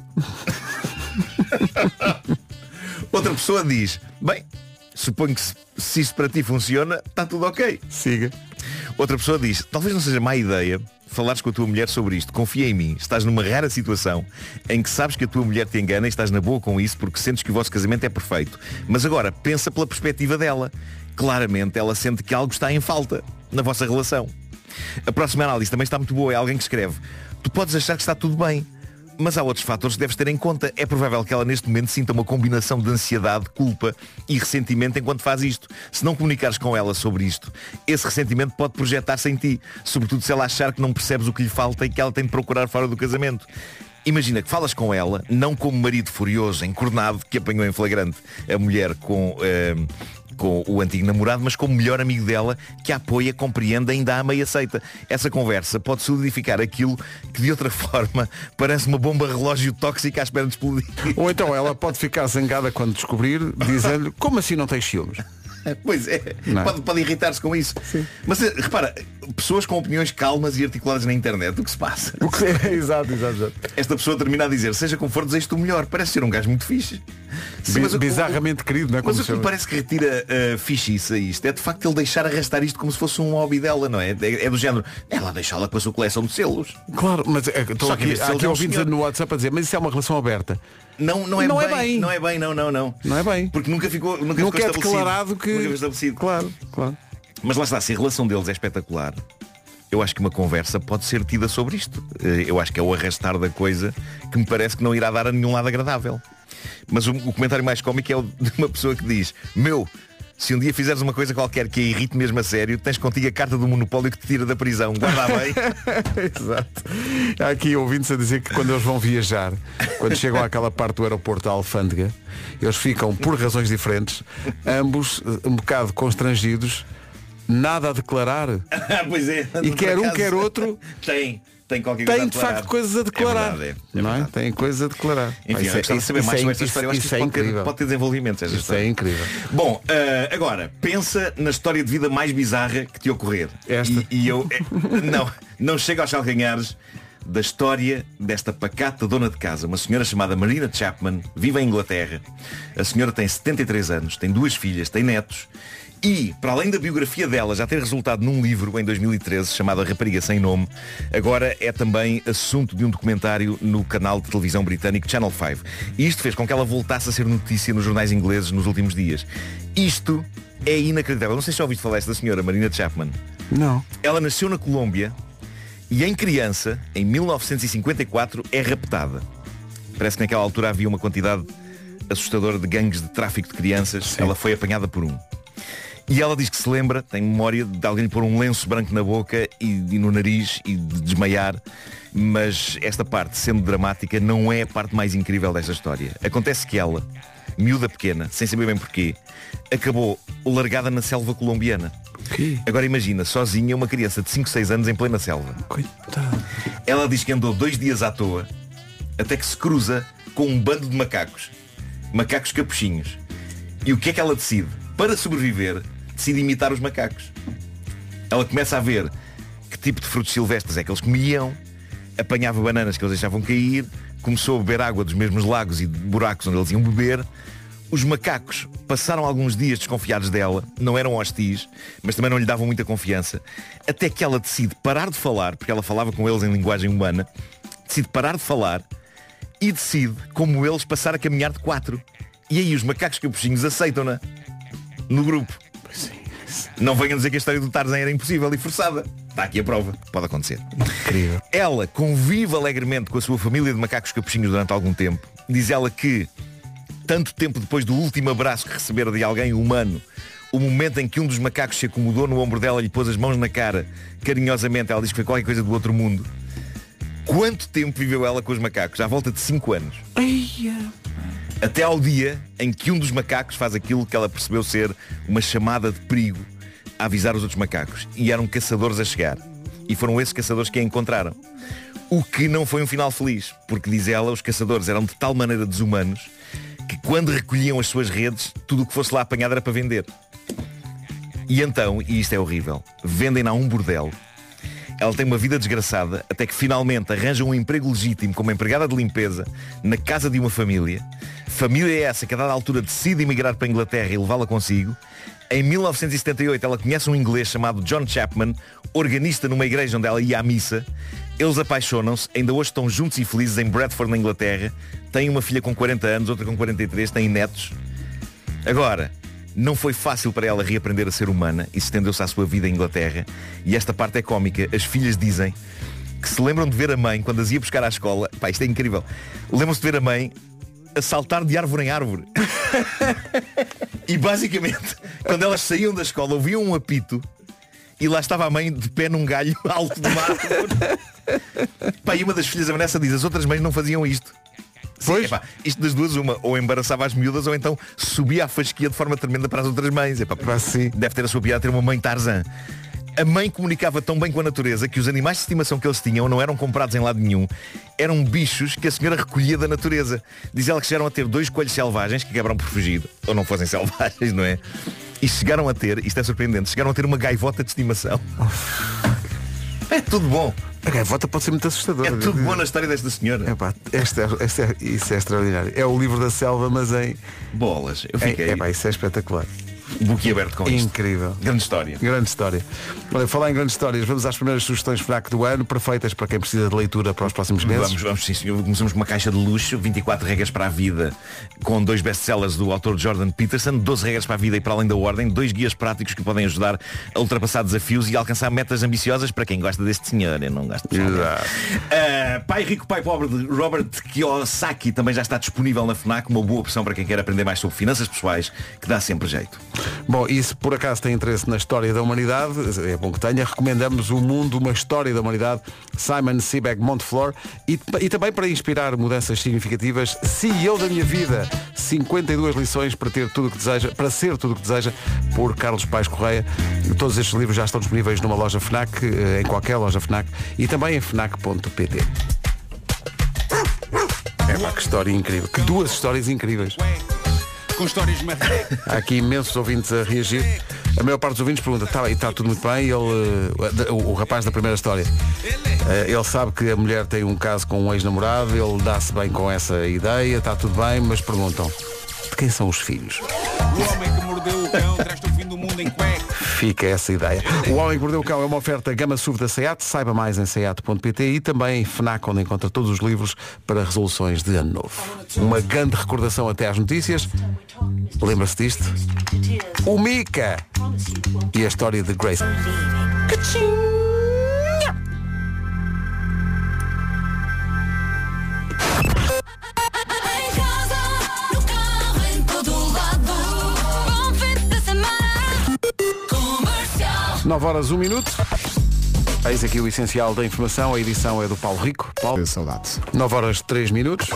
Outra pessoa diz, bem, suponho que se isto para ti funciona, está tudo ok. Siga. Outra pessoa diz, talvez não seja má ideia falares com a tua mulher sobre isto. Confia em mim. Estás numa rara situação em que sabes que a tua mulher te engana e estás na boa com isso porque sentes que o vosso casamento é perfeito. Mas agora, pensa pela perspectiva dela. Claramente ela sente que algo está em falta na vossa relação. A próxima análise também está muito boa. É alguém que escreve, tu podes achar que está tudo bem, mas há outros fatores que deves ter em conta. É provável que ela neste momento sinta uma combinação de ansiedade, culpa e ressentimento enquanto faz isto. Se não comunicares com ela sobre isto, esse ressentimento pode projetar-se em ti, sobretudo se ela achar que não percebes o que lhe falta e que ela tem de procurar fora do casamento. Imagina que falas com ela, não como marido furioso, encornado, que apanhou em flagrante a mulher com o antigo namorado, mas como melhor amigo dela, que a apoia, compreende, ainda ama e aceita. Essa conversa pode solidificar aquilo que de outra forma parece uma bomba relógio tóxica à espera de explodir. Ou então ela pode ficar zangada quando descobrir, dizendo-lhe, como assim não tens ciúmes? Pois é, pode irritar-se com isso. Sim. Mas repara, pessoas com opiniões calmas e articuladas na internet, o que se passa? O que é? Exato. Esta pessoa termina a dizer, seja como for, desejo-te o melhor. Parece ser um gajo muito fixe. Sim, bizarramente querido, não é? Mas o que me parece que retira fichice a isto é de facto ele deixar arrastar isto como se fosse um hobby dela, não é? É do género, ela deixá-la com a sua coleção de selos. Claro, mas estou aqui ouvindo no WhatsApp a dizer, mas isso é uma relação aberta. Não é bem. Não é bem. Porque nunca ficou declarado que... Nunca estabelecido. Claro. Mas lá está, se a relação deles é espetacular, eu acho que uma conversa pode ser tida sobre isto. Eu acho que é o arrastar da coisa que me parece que não irá dar a nenhum lado agradável. Mas o comentário mais cómico é o de uma pessoa que diz, se um dia fizeres uma coisa qualquer que a irrite mesmo a sério, tens contigo a carta do monopólio que te tira da prisão. Guarda bem. Exato. Há aqui ouvintes a dizer que quando eles vão viajar, quando chegam àquela parte do aeroporto da Alfândega, eles ficam, por razões diferentes, ambos um bocado constrangidos, nada a declarar. Pois é. E quer um, quer outro. Tem qualquer coisa a declarar. Tem de facto coisas a declarar. É não é? Tem coisas a declarar. Enfim, eu gostava de saber mais sobre esta história. Eu acho que isso pode ter desenvolvimento. Isso é incrível. Bom, agora, pensa na história de vida mais bizarra que te ocorrer. Esta. E eu não chego aos calcanhares da história desta pacata dona de casa, uma senhora chamada Marina Chapman, vive em Inglaterra. A senhora tem 73 anos, tem 2 filhas, tem netos e, para além da biografia dela já ter resultado num livro em 2013 chamado A Rapariga Sem Nome, agora é também assunto de um documentário no canal de televisão britânico Channel 5. E isto fez com que ela voltasse a ser notícia nos jornais ingleses nos últimos dias. Isto é inacreditável. Não sei se já ouviste falar desta senhora, Marina Chapman. Não. Ela nasceu na Colômbia e em criança, em 1954, é raptada. Parece que naquela altura havia uma quantidade assustadora de gangues de tráfico de crianças. Sim. Ela foi apanhada por um. E ela diz que se lembra, tem memória de alguém lhe pôr um lenço branco na boca e no nariz e de desmaiar. Mas esta parte, sendo dramática, não é a parte mais incrível desta história. Acontece que ela, miúda pequena, sem saber bem porquê, acabou largada na selva colombiana. Que? Agora imagina, sozinha, uma criança de 5, 6 anos em plena selva. Coitado. Ela diz que andou 2 dias à toa até que se cruza com um bando de macacos. Macacos capuchinhos. E o que é que ela decide? Para sobreviver, decide imitar os macacos. Ela começa a ver que tipo de frutos silvestres é que eles comiam, apanhava bananas que eles deixavam cair, começou a beber água dos mesmos lagos e buracos onde eles iam beber. Os macacos passaram alguns dias desconfiados dela, não eram hostis, mas também não lhe davam muita confiança, até que ela decide parar de falar, porque ela falava com eles em linguagem humana, decide parar de falar e decide, como eles, passar a caminhar de 4. E aí os macacos capuchinhos aceitam-na no grupo. Não venham dizer que a história do Tarzan era impossível e forçada. Está aqui a prova. Pode acontecer. Incrível. Ela convive alegremente com a sua família de macacos capuchinhos durante algum tempo. Diz ela que, tanto tempo depois do último abraço que recebera de alguém humano, o momento em que um dos macacos se acomodou no ombro dela e lhe pôs as mãos na cara, carinhosamente, ela diz que foi qualquer coisa do outro mundo. Quanto tempo viveu ela com os macacos? À volta de 5 anos. Até ao dia em que um dos macacos faz aquilo que ela percebeu ser uma chamada de perigo a avisar os outros macacos. E eram caçadores a chegar. E foram esses caçadores que a encontraram. O que não foi um final feliz, porque, diz ela, os caçadores eram de tal maneira desumanos que quando recolhiam as suas redes, tudo o que fosse lá apanhado era para vender. E então, e isto é horrível, vendem-na a um bordel. Ela tem uma vida desgraçada até que finalmente arranja um emprego legítimo como empregada de limpeza na casa de uma família. Família essa que a dada altura decide emigrar para a Inglaterra e levá-la consigo. Em 1978 ela conhece um inglês chamado John Chapman, organista numa igreja onde ela ia à missa. Eles apaixonam-se, ainda hoje estão juntos e felizes em Bradford, na Inglaterra. Têm uma filha com 40 anos, outra com 43, têm netos. Agora, não foi fácil para ela reaprender a ser humana e estendeu-se à sua vida em Inglaterra. E esta parte é cómica. As filhas dizem que se lembram de ver a mãe, quando as ia buscar à escola, pá, isto é incrível, lembram-se de ver a mãe a saltar de árvore em árvore. E basicamente, quando elas saíam da escola, ouviam um apito e lá estava a mãe de pé num galho alto de uma árvore. Pá, e uma das filhas, a Vanessa, diz, as outras mães não faziam isto. Sim, epá, isto das duas, uma, ou embaraçava as miúdas ou então subia a fasquia de forma tremenda para as outras mães. Epá, deve ter a sua piada ter uma mãe Tarzan. A mãe comunicava tão bem com a natureza que os animais de estimação que eles tinham não eram comprados em lado nenhum. Eram bichos que a senhora recolhia da natureza. Diz ela que chegaram a ter 2 coelhos selvagens que acabaram por fugir. Ou não fossem selvagens, não é? E chegaram a ter, isto é surpreendente, chegaram a ter uma gaivota de estimação. É tudo bom. A gaivota pode ser muito assustadora. É tudo bom na história desta senhora. Epá, isso é extraordinário. É o livro da selva, mas em bolas. Eu fiquei. Epá, isso é espetacular. Boquiaberto com isto. Incrível. Grande história. Grande história. Olha, falar em grandes histórias, vamos às primeiras sugestões FNAC do ano, perfeitas para quem precisa de leitura para os próximos meses. Vamos sim, senhor. Começamos com uma caixa de luxo, 24 regras para a vida, com 2 best-sellers do autor Jordan Peterson, 12 regras para a vida e para além da ordem, 2 guias práticos que podem ajudar a ultrapassar desafios e alcançar metas ambiciosas para quem gosta deste senhor. Eu não gosto de Pai Rico, Pai Pobre, de Robert Kiyosaki, também já está disponível na FNAC, uma boa opção para quem quer aprender mais sobre finanças pessoais, que dá sempre jeito. Bom, e se por acaso tem interesse na história da humanidade, é bom que tenha, recomendamos O Mundo, uma História da Humanidade, Simon Sebag Montfort, e também para inspirar mudanças significativas, CEO da Minha Vida, 52 lições para ter tudo o que deseja, para ser tudo o que deseja, por Carlos Paes Correia. Todos estes livros já estão disponíveis numa loja FNAC, em qualquer loja FNAC, e também em fnac.pt. É pá, que história incrível, que 2 histórias incríveis. Com histórias Há aqui imensos ouvintes a reagir. A maior parte dos ouvintes pergunta, está tudo muito bem? O rapaz da primeira história, ele sabe que a mulher tem um caso com um ex-namorado, ele dá-se bem com essa ideia, está tudo bem, mas perguntam, de quem são os filhos? O homem que mordeu o cão traz-te o fim do mundo em cueca. Fica essa ideia. O Homem que Mordeu o Cão é uma oferta gama SUV da SEAT. Saiba mais em seat.pt e também em FNAC, onde encontra todos os livros para resoluções de ano novo. Uma grande recordação até às notícias. Lembra-se disto? O Mica e a história de Grace. Nove horas, 1 minuto. Eis aqui o essencial da informação. A edição é do Paulo Rico. Paulo. Saudade. 9 horas, 3 minutos.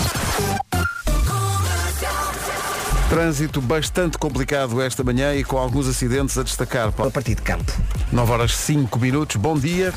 Trânsito bastante complicado esta manhã e com alguns acidentes a destacar. A partir de campo. 9 horas, 5 minutos. Bom dia.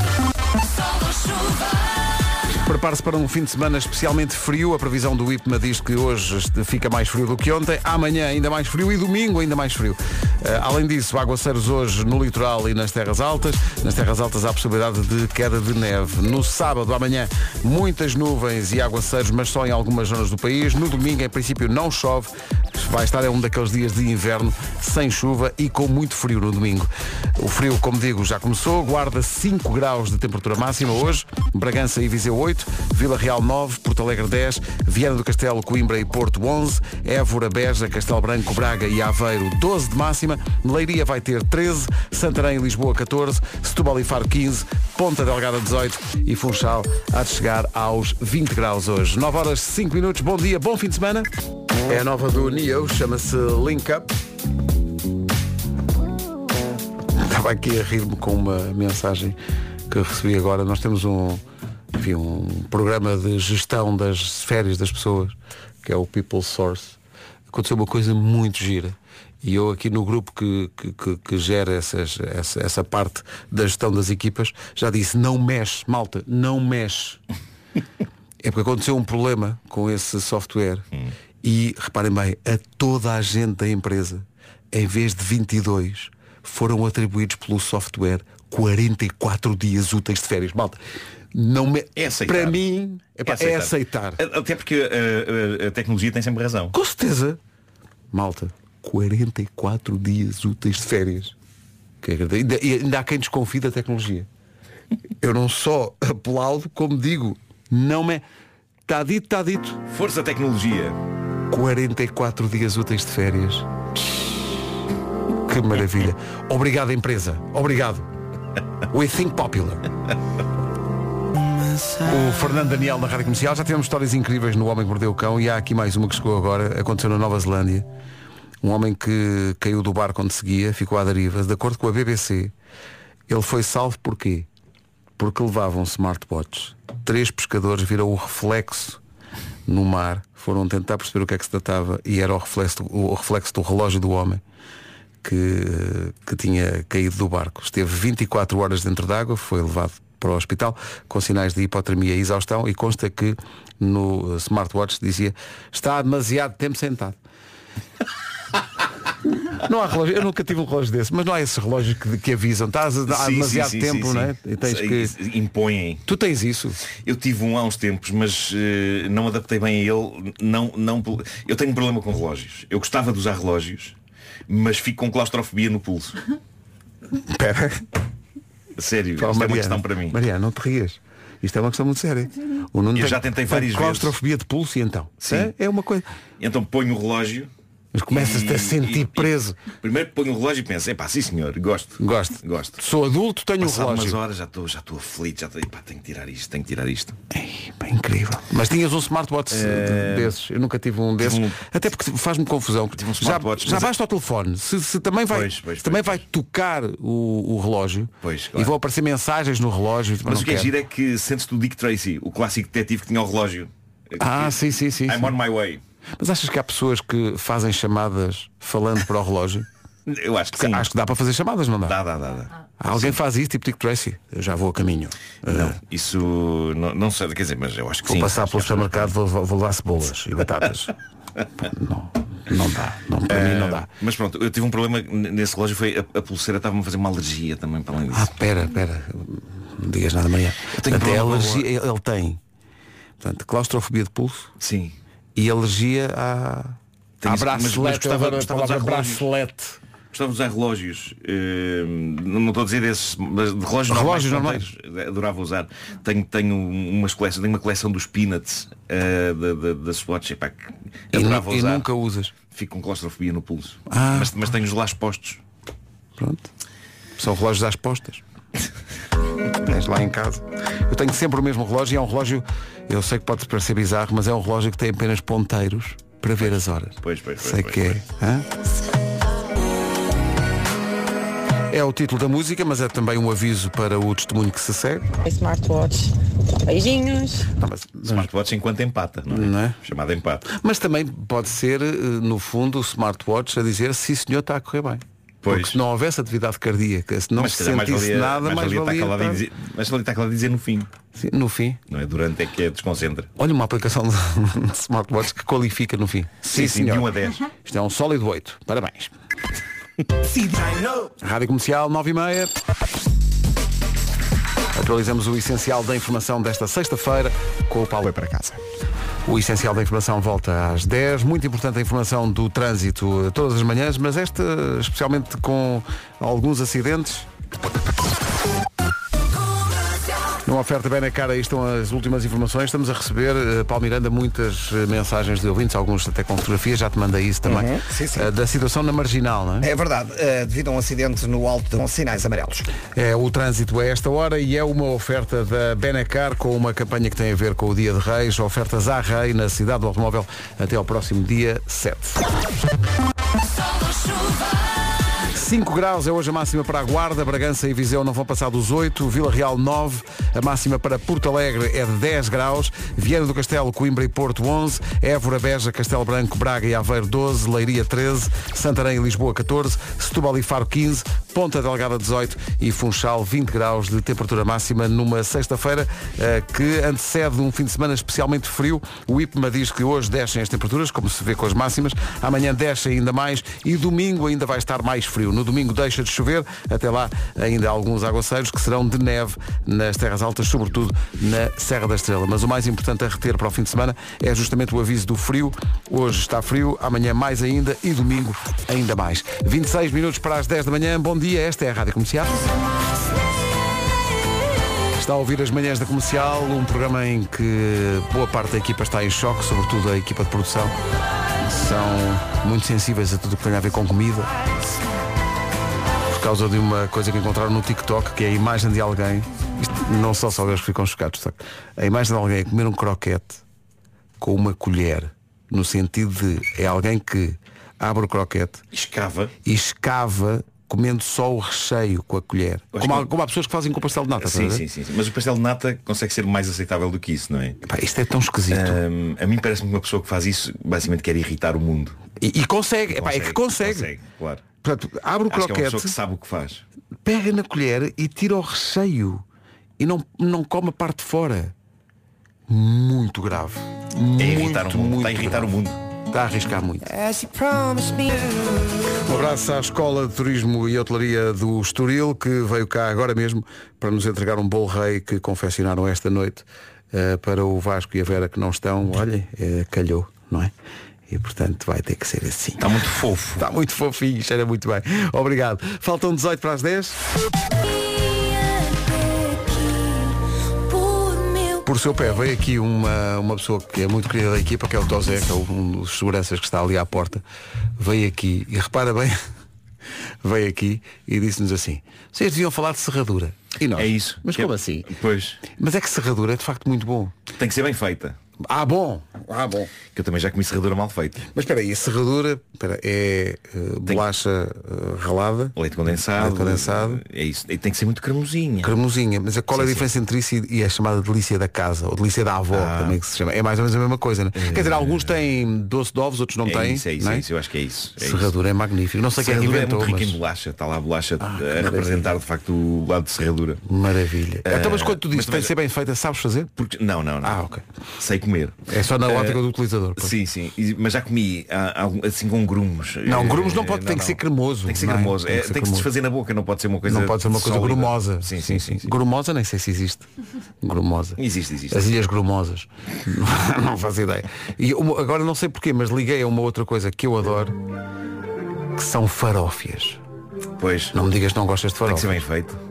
Prepare-se para um fim de semana especialmente frio. A previsão do IPMA diz que hoje fica mais frio do que ontem. Amanhã ainda mais frio e domingo ainda mais frio. Além disso, aguaceiros hoje no litoral e nas terras altas. Nas terras altas há a possibilidade de queda de neve. No sábado, amanhã, muitas nuvens e aguaceiros, mas só em algumas zonas do país. No domingo, em princípio, não chove. Vai estar um daqueles dias de inverno sem chuva e com muito frio no domingo. O frio, como digo, já começou. Guarda 5 graus de temperatura máxima hoje. Bragança e Viseu 8. Vila Real 9. Porto Alegre 10. Viana do Castelo, Coimbra e Porto 11. Évora, Beja, Castelo Branco, Braga e Aveiro 12 de máxima. Leiria vai ter 13. Santarém e Lisboa 14. Setúbal e Faro 15. Ponta Delgada 18. E Funchal há de chegar aos 20 graus hoje. 9 horas 5 minutos. Bom dia, bom fim de semana. É a nova do Neo, chama-se Link Up. Estava aqui a rir-me com uma mensagem que recebi agora. Nós temos um programa de gestão das férias das pessoas, que é o People Source. Aconteceu uma coisa muito gira. E eu aqui no grupo que gera essa parte da gestão das equipas, já disse, não mexe, malta, não mexe. É porque aconteceu um problema com esse software. E, reparem bem, a toda a gente da empresa, em vez de 22, foram atribuídos pelo software 44 dias úteis de férias. Malta, não me... É aceitar. Para mim, é aceitar. Até porque a tecnologia tem sempre razão. Com certeza. Malta, 44 dias úteis de férias. Ainda há quem desconfie da tecnologia. Eu não só aplaudo, como digo, não me... Está dito, está dito. Força tecnologia. 44 dias úteis de férias. Que maravilha. Obrigado, empresa. Obrigado. We think popular. O Fernando Daniel na Rádio Comercial. Já tivemos histórias incríveis no Homem que Mordeu o Cão. E há aqui mais uma que chegou agora. Aconteceu na Nova Zelândia. Um homem que caiu do barco onde seguia, ficou à deriva. De acordo com a BBC, ele foi salvo porquê? Porque levava um smartwatch. 3 pescadores viram o reflexo no mar, foram tentar perceber o que é que se tratava e era o reflexo do relógio do homem que tinha caído do barco. Esteve 24 horas dentro d'água, foi levado para o hospital com sinais de hipotermia e exaustão e consta que no smartwatch dizia está há demasiado tempo sentado. Não há relógio, eu nunca tive um relógio desse, mas não há esses relógios que avisam, estás há demasiado tempo, sim. Não é? E tens que... Impõem. Tu tens isso? Eu tive um há uns tempos, mas não adaptei bem a ele. Eu tenho um problema com relógios. Eu gostava de usar relógios, mas fico com claustrofobia no pulso. Espera. Sério, isto é uma questão para mim. Mariana, não te rias. Isto é uma questão muito séria. Eu já tentei várias vezes. Claustrofobia de pulso e então? Sim. É uma coisa. Então ponho o relógio. Mas começas-te a sentir preso. Primeiro ponho o relógio e penso, sim senhor, gosto. Sou adulto, tenho Passado um relógio. umas horas já estou aflito, tenho que tirar isto. É incrível. Mas tinhas um smartwatch desses. Eu nunca tive um desses. Até porque faz-me confusão. Já basta ao telefone. Se também vai tocar o relógio e vão aparecer mensagens no relógio. Mas o que é giro é que sentes-te o Dick Tracy, o clássico detetive que tinha o relógio. Sim. I'm on my way. Mas achas que há pessoas que fazem chamadas falando para o relógio? Eu acho que sim. Acho que dá para fazer chamadas, não dá? Dá. Alguém faz isso, tipo Dick Tracy? Eu já vou a caminho. Não, isso não sei, quer dizer, mas eu acho que vou sim. Vou passar pelo supermercado, vou levar cebolas e batatas. Não. Não dá. Para mim não dá. Mas pronto, eu tive um problema nesse relógio, foi a pulseira estava-me a fazer uma alergia também para além disso. Pera. Não digas nada, Maria. Até alergia, ele tem. Portanto, claustrofobia de pulso. Sim. E alergia à bracelete. Gostava de usar relógios. Não estou a dizer desses, mas de relógios normais. Adorava usar. Tenho uma coleção dos Peanuts da Swatch. Adorava usar. E nunca usas? Fico com claustrofobia no pulso. Mas tenho-os lá expostos. Pronto. São relógios às postas. Tens lá em casa. Eu tenho sempre o mesmo relógio e é um relógio, eu sei que pode parecer bizarro, mas é um relógio que tem apenas ponteiros para ver as horas. Pois. É o título da música, mas é também um aviso para o testemunho que se segue. Smartwatch. Beijinhos. Smartwatch enquanto empata, não é? Chamado empate. Mas também pode ser, no fundo, o smartwatch a dizer sim senhor, está a correr bem. Pois. Porque se não houvesse atividade cardíaca, se não se sentisse nada, mais valia mas ali está aquela a dizer no fim. Sim, no fim. Não é durante, é que desconcentra. Olha uma aplicação de smartwatch que qualifica no fim. Sim, senhor. De 1 a 10. Isto é um sólido 8. Parabéns. Rádio Comercial 9h30. Atualizamos o essencial da informação desta sexta-feira com o Paulo para casa. O essencial da informação volta às 10. Muito importante a informação do trânsito todas as manhãs, mas esta especialmente com alguns acidentes. Numa oferta bem na cara, aí estão as últimas informações. Estamos a receber, Paulo Miranda, muitas mensagens de ouvintes, alguns até com fotografias, já te mandei isso também, da situação na Marginal, não é? É verdade, devido a um acidente no alto com sinais amarelos. É o trânsito a esta hora e é uma oferta da Benacar com uma campanha que tem a ver com o Dia de Reis, ofertas à Rei na cidade do automóvel até ao próximo dia 7. 5 graus é hoje a máxima para a Guarda, Bragança e Viseu não vão passar dos 8, Vila Real 9, a máxima para Porto Alegre é de 10 graus, Viana do Castelo, Coimbra e Porto 11, Évora, Beja, Castelo Branco, Braga e Aveiro 12, Leiria 13, Santarém e Lisboa 14, Setúbal e Faro 15, Ponta Delgada 18 e Funchal 20 graus de temperatura máxima numa sexta-feira que antecede um fim de semana especialmente frio. O IPMA diz que hoje descem as temperaturas, como se vê com as máximas, amanhã desce ainda mais e domingo ainda vai estar mais frio. No domingo deixa de chover, até lá ainda há alguns aguaceiros que serão de neve nas terras altas, sobretudo na Serra da Estrela. Mas o mais importante a reter para o fim de semana é justamente o aviso do frio. Hoje está frio, amanhã mais ainda e domingo ainda mais. 26 minutos para as 10 da manhã. Bom dia, esta é a Rádio Comercial. Está a ouvir as manhãs da Comercial, um programa em que boa parte da equipa está em choque, sobretudo a equipa de produção. São muito sensíveis a tudo o que tem a ver com comida. Por causa de uma coisa que encontraram no TikTok, que é a imagem de alguém, isto não só eles que ficam chocados, sabe? A imagem de alguém a comer um croquete com uma colher, no sentido de é alguém que abre o croquete e escava comendo só o recheio com a colher. Como há pessoas que fazem com o pastel de nata. Sim. Mas o pastel de nata consegue ser mais aceitável do que isso, não é? Epá, isto é tão esquisito. A mim parece-me que uma pessoa que faz isso basicamente quer irritar o mundo. E consegue. Epá, é que consegue. Claro. Portanto, abre o croquete, que é uma pessoa que sabe o que faz. Pega na colher e tira o recheio e não come a parte de fora. Muito grave. É irritar o mundo. Está a irritar o mundo. Está a arriscar muito. Um abraço à Escola de Turismo e Hotelaria do Estoril, que veio cá agora mesmo para nos entregar um bolo rei que confeccionaram esta noite para o Vasco e a Vera que não estão. Olhem, calhou, não é? E portanto vai ter que ser assim. Está muito fofo. Está muito fofinho, cheira muito bem. Obrigado. Faltam 18 para as 10. Por seu pé, veio aqui uma pessoa que é muito querida da equipa, que é o Tosé, que é um dos seguranças que está ali à porta. Veio aqui, e repara bem, veio aqui e disse-nos assim: vocês deviam falar de serradura. E nós? É isso. Mas como assim? Pois. Mas é que serradura é de facto muito bom. Tem que ser bem feita. Bom. Que eu também já comi serradura mal feita. Mas espera aí, a serradura é bolacha ralada, leite condensado. É isso. E tem que ser muito cremosinha. Mas qual é a diferença entre isso e a chamada delícia da casa, ou delícia da avó, também que se chama? É mais ou menos a mesma coisa, né? Quer dizer, alguns têm doce de ovos, outros não têm. Isso, eu acho que é isso. Serradura é magnífico. Não sei quem inventou, é muito rico em bolacha. Está lá a bolacha a representar de facto o lado de serradura. Maravilha. Então, mas quando tu dizes que tem que ser bem feita, sabes fazer? Não. Ok. Sei comer. É só na hora ótica do utilizador. Pois. Sim. Mas já comi assim com grumos. Não, grumos não pode, tem que ser cremoso. Tem que ser cremoso. Tem que se desfazer na boca, não pode ser uma coisa. Não pode ser uma coisa sólida. grumosa. Sim. Grumosa nem sei se existe. Grumosa. Existe. As Ilhas Grumosas. Não faço ideia. E agora não sei porquê, mas liguei a uma outra coisa que eu adoro, que são farófias. Pois. Não me digas que não gostas de farófias. Tem que ser bem feito.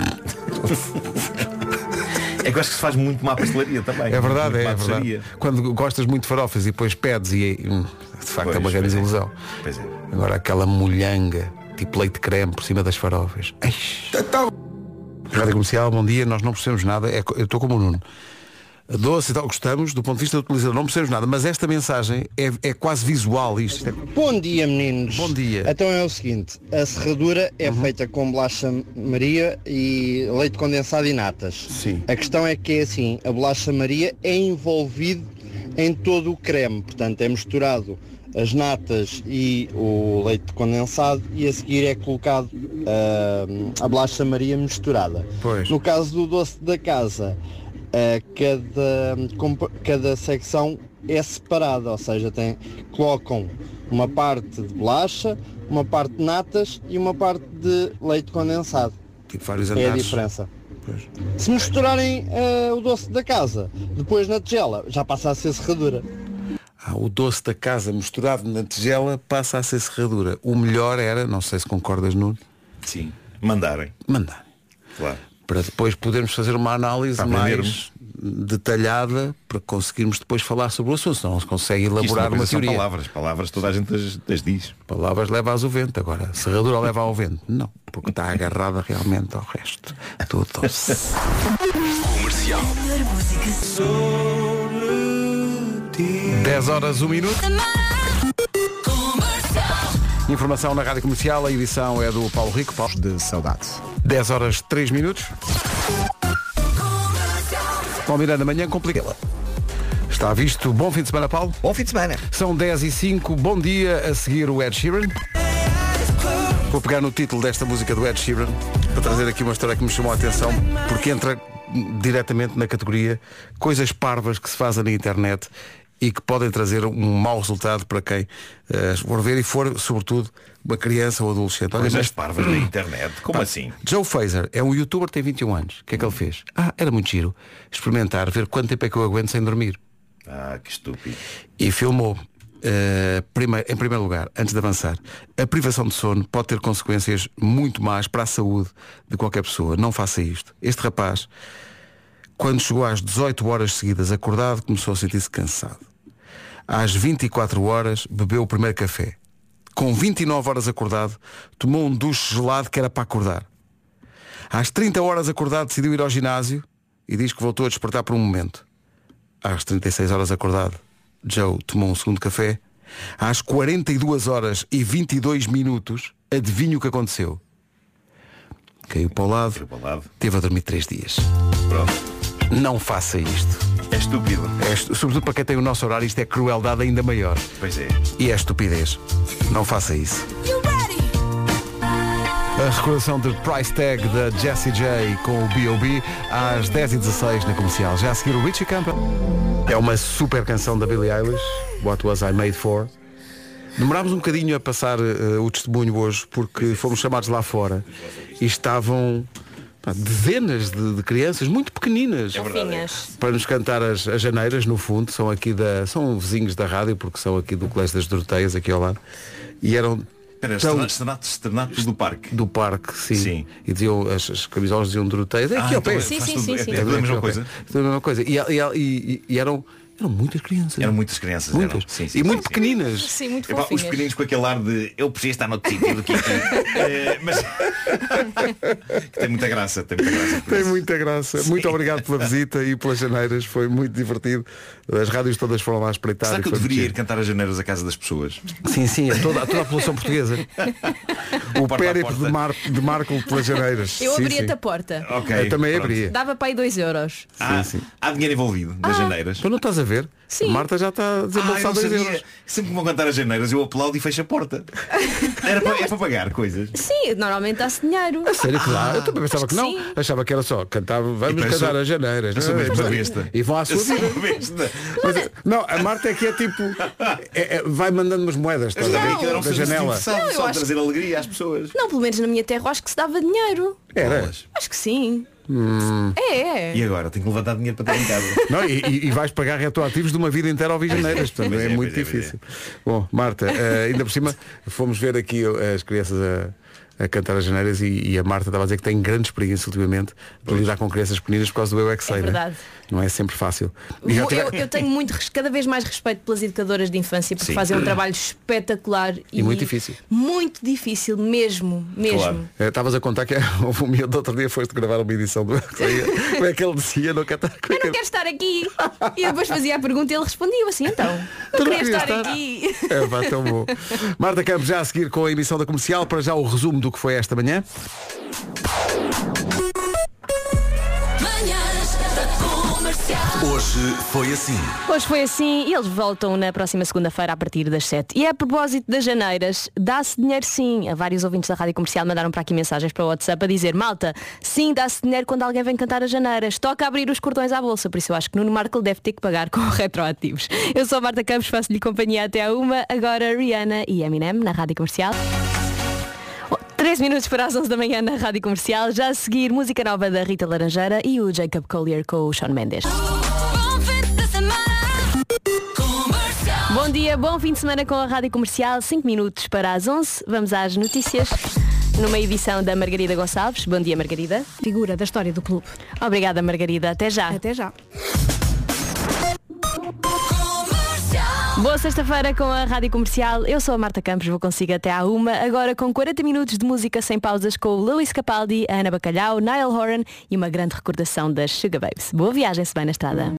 É que eu acho que se faz muito má pastelaria também. É verdade, muito é verdade. Quando gostas muito de farofas e depois pedes e de facto é uma grande ilusão. Pois é. Agora aquela molhanga, tipo leite creme por cima das farofas. Rádio Comercial, bom dia, nós não percebemos nada, eu estou como o Nuno. Doce e tal, gostamos, do ponto de vista do utilizador, não percebemos nada, mas esta mensagem é quase visual. Isto é... Bom dia, meninos. Bom dia. Então é o seguinte, a serradura é feita com bolacha Maria e leite condensado e natas. Sim. A questão é que é assim, a bolacha Maria é envolvido em todo o creme, portanto é misturado as natas e o leite condensado e a seguir é colocado a bolacha Maria misturada. Pois. No caso do doce da casa, cada secção é separada, ou seja, colocam uma parte de bolacha, uma parte de natas e uma parte de leite condensado. Tipo vários é andares. a diferença. Pois. Se misturarem o doce da casa, depois na tigela, já passa a ser serradura. O doce da casa misturado na tigela passa a ser serradura. O melhor era, não sei se concordas, Nuno. Sim, mandarem. Claro. Para depois podermos fazer uma análise mais detalhada para conseguirmos depois falar sobre o assunto, senão não se consegue elaborar uma teoria. Palavras toda a gente as diz. Palavras leva-as ao vento. Agora, serradura leva ao vento? Não, porque está agarrada realmente ao resto. Tudo doce. Comercial. 10 horas, 1 minuto. Informação na Rádio Comercial, a edição é do Paulo Rico. Paulo de saudade. 10 horas, 3 minutos. Paulo Miranda, amanhã complicada. Está visto. Bom fim de semana, Paulo. Bom fim de semana. São 10h05. Bom dia, a seguir o Ed Sheeran. Vou pegar no título desta música do Ed Sheeran para trazer aqui uma história que me chamou a atenção, porque entra diretamente na categoria coisas parvas que se fazem na internet e que podem trazer um mau resultado para quem for ver e for, sobretudo, uma criança ou adolescente. Coisas parvas na internet? Como assim? Joe Fraser é um youtuber que tem 21 anos. O que é que ele fez? Era muito giro experimentar, ver quanto tempo é que eu aguento sem dormir. Que estúpido. E filmou. Em primeiro lugar, antes de avançar, a privação de sono pode ter consequências muito más para a saúde de qualquer pessoa. Não faça isto. Este rapaz, quando chegou às 18 horas seguidas acordado, começou a sentir-se cansado. Às 24 horas bebeu o primeiro café. Com 29 horas acordado, tomou um duche gelado que era para acordar. Às 30 horas acordado, decidiu ir ao ginásio e diz que voltou a despertar por um momento. Às 36 horas acordado, Joe tomou um segundo café. Às 42 horas e 22 minutos, adivinha o que aconteceu? Caiu para o lado, teve a dormir 3 dias. Pronto. Não faça isto. É estúpido. Sobretudo para quem tem o nosso horário, isto é crueldade ainda maior. Pois é. E é estupidez. Não faça isso. A recordação de Price Tag da Jessie J com o B.O.B. às 10h16 na Comercial. Já a seguir o Richie Campbell. É uma super canção da Billie Eilish, What Was I Made For. Demorámos um bocadinho a passar o testemunho hoje porque fomos chamados lá fora e estavam dezenas de crianças muito pequeninas para nos cantar as janeiras. No fundo são vizinhos da rádio, porque são aqui do Colégio das Doroteias, aqui ao lado, e eram Estrenatos do parque. Do parque, sim. E diziam, as camisolas diziam Doroteias. É aqui ao pé. Sim. É a mesma coisa. É a mesma coisa. E eram muitas crianças. Eram muitas crianças. Muitas. Sim, muito pequeninas. Sim, muito Os pequeninos com aquele ar de eu preciso estar no sítio do que aqui. Mas que tem muita graça. Tem muita graça. Sim. Muito obrigado pela visita e pelas janeiras. Foi muito divertido. As rádios todas foram lá a espreitar. Será que eu deveria ir cantar as janeiras à casa das pessoas? Sim, a toda a população portuguesa. O périplo de Marco pelas janeiras. Eu abria-te a porta. Okay, eu também abria. Dava para aí 2 euros. Há dinheiro envolvido nas janeiras. Tu não estás a ver? Sim. A Marta já está a desembolsar 2 euros. Sempre que vão cantar as janeiras eu aplaudo e fecho a porta. É para pagar coisas. Sim, normalmente dá-se dinheiro. A sério, claro. Eu também pensava que não. Sim. Achava que era só cantar, vamos cantar as janeiras. E vão à sua vida. Mas, não, a Marta é que é tipo vai mandando umas moedas da janela. Só trazer alegria às pessoas. Não, pelo menos na minha terra acho que se dava dinheiro. Era? Acho que sim. É. E agora? Tenho que levantar dinheiro para ter em casa. Não, e vais pagar retroativos de uma vida inteira ao ouvir janeiras. Portanto, é muito difícil. Bom, Marta, ainda por cima fomos ver aqui as crianças a cantar as janeiras e a Marta estava a dizer que tem grande experiência ultimamente para lidar com crianças pequeninas por causa do Eu É Que Sei, verdade. Né? Não é sempre fácil. Eu tenho cada vez mais respeito pelas educadoras de infância porque fazem um trabalho espetacular e muito difícil. Muito difícil mesmo. Claro. Estavas a contar que houve um miúdo outro dia foste gravar uma edição do como é que ele dizia no cantar? Eu não quero estar aqui. E depois fazia a pergunta e ele respondia assim, então. Não queria estar aqui. Vai tão bom. Marta Campos já a seguir com a emissão da Comercial, para já o resumo do que foi esta manhã. Hoje foi assim. Hoje foi assim e eles voltam na próxima segunda-feira a partir das 7. E a propósito das janeiras, dá-se dinheiro sim. Há vários ouvintes da Rádio Comercial mandaram para aqui mensagens para o WhatsApp a dizer: malta, sim, dá-se dinheiro quando alguém vem cantar as janeiras. Toca abrir os cordões à bolsa. Por isso eu acho que Nuno Marco deve ter que pagar com retroativos. Eu sou a Marta Campos, faço-lhe companhia até à 1. Agora Rihanna e Eminem na Rádio Comercial. 3 minutos para as 11 da manhã na Rádio Comercial. Já a seguir, música nova da Rita Laranjeira e o Jacob Collier com o Shawn Mendes. Bom dia, bom fim de semana com a Rádio Comercial. 5 minutos para as 11. Vamos às notícias. Numa edição da Margarida Gonçalves. Bom dia, Margarida. Figura da história do clube. Obrigada, Margarida. Até já. Até já. Boa sexta-feira com a Rádio Comercial. Eu sou a Marta Campos, vou consigo até à 1. Agora com 40 minutos de música sem pausas com o Luís Capaldi, a Ana Bacalhau, Niall Horan e uma grande recordação das Sugar Babes. Boa viagem, se bem na estrada.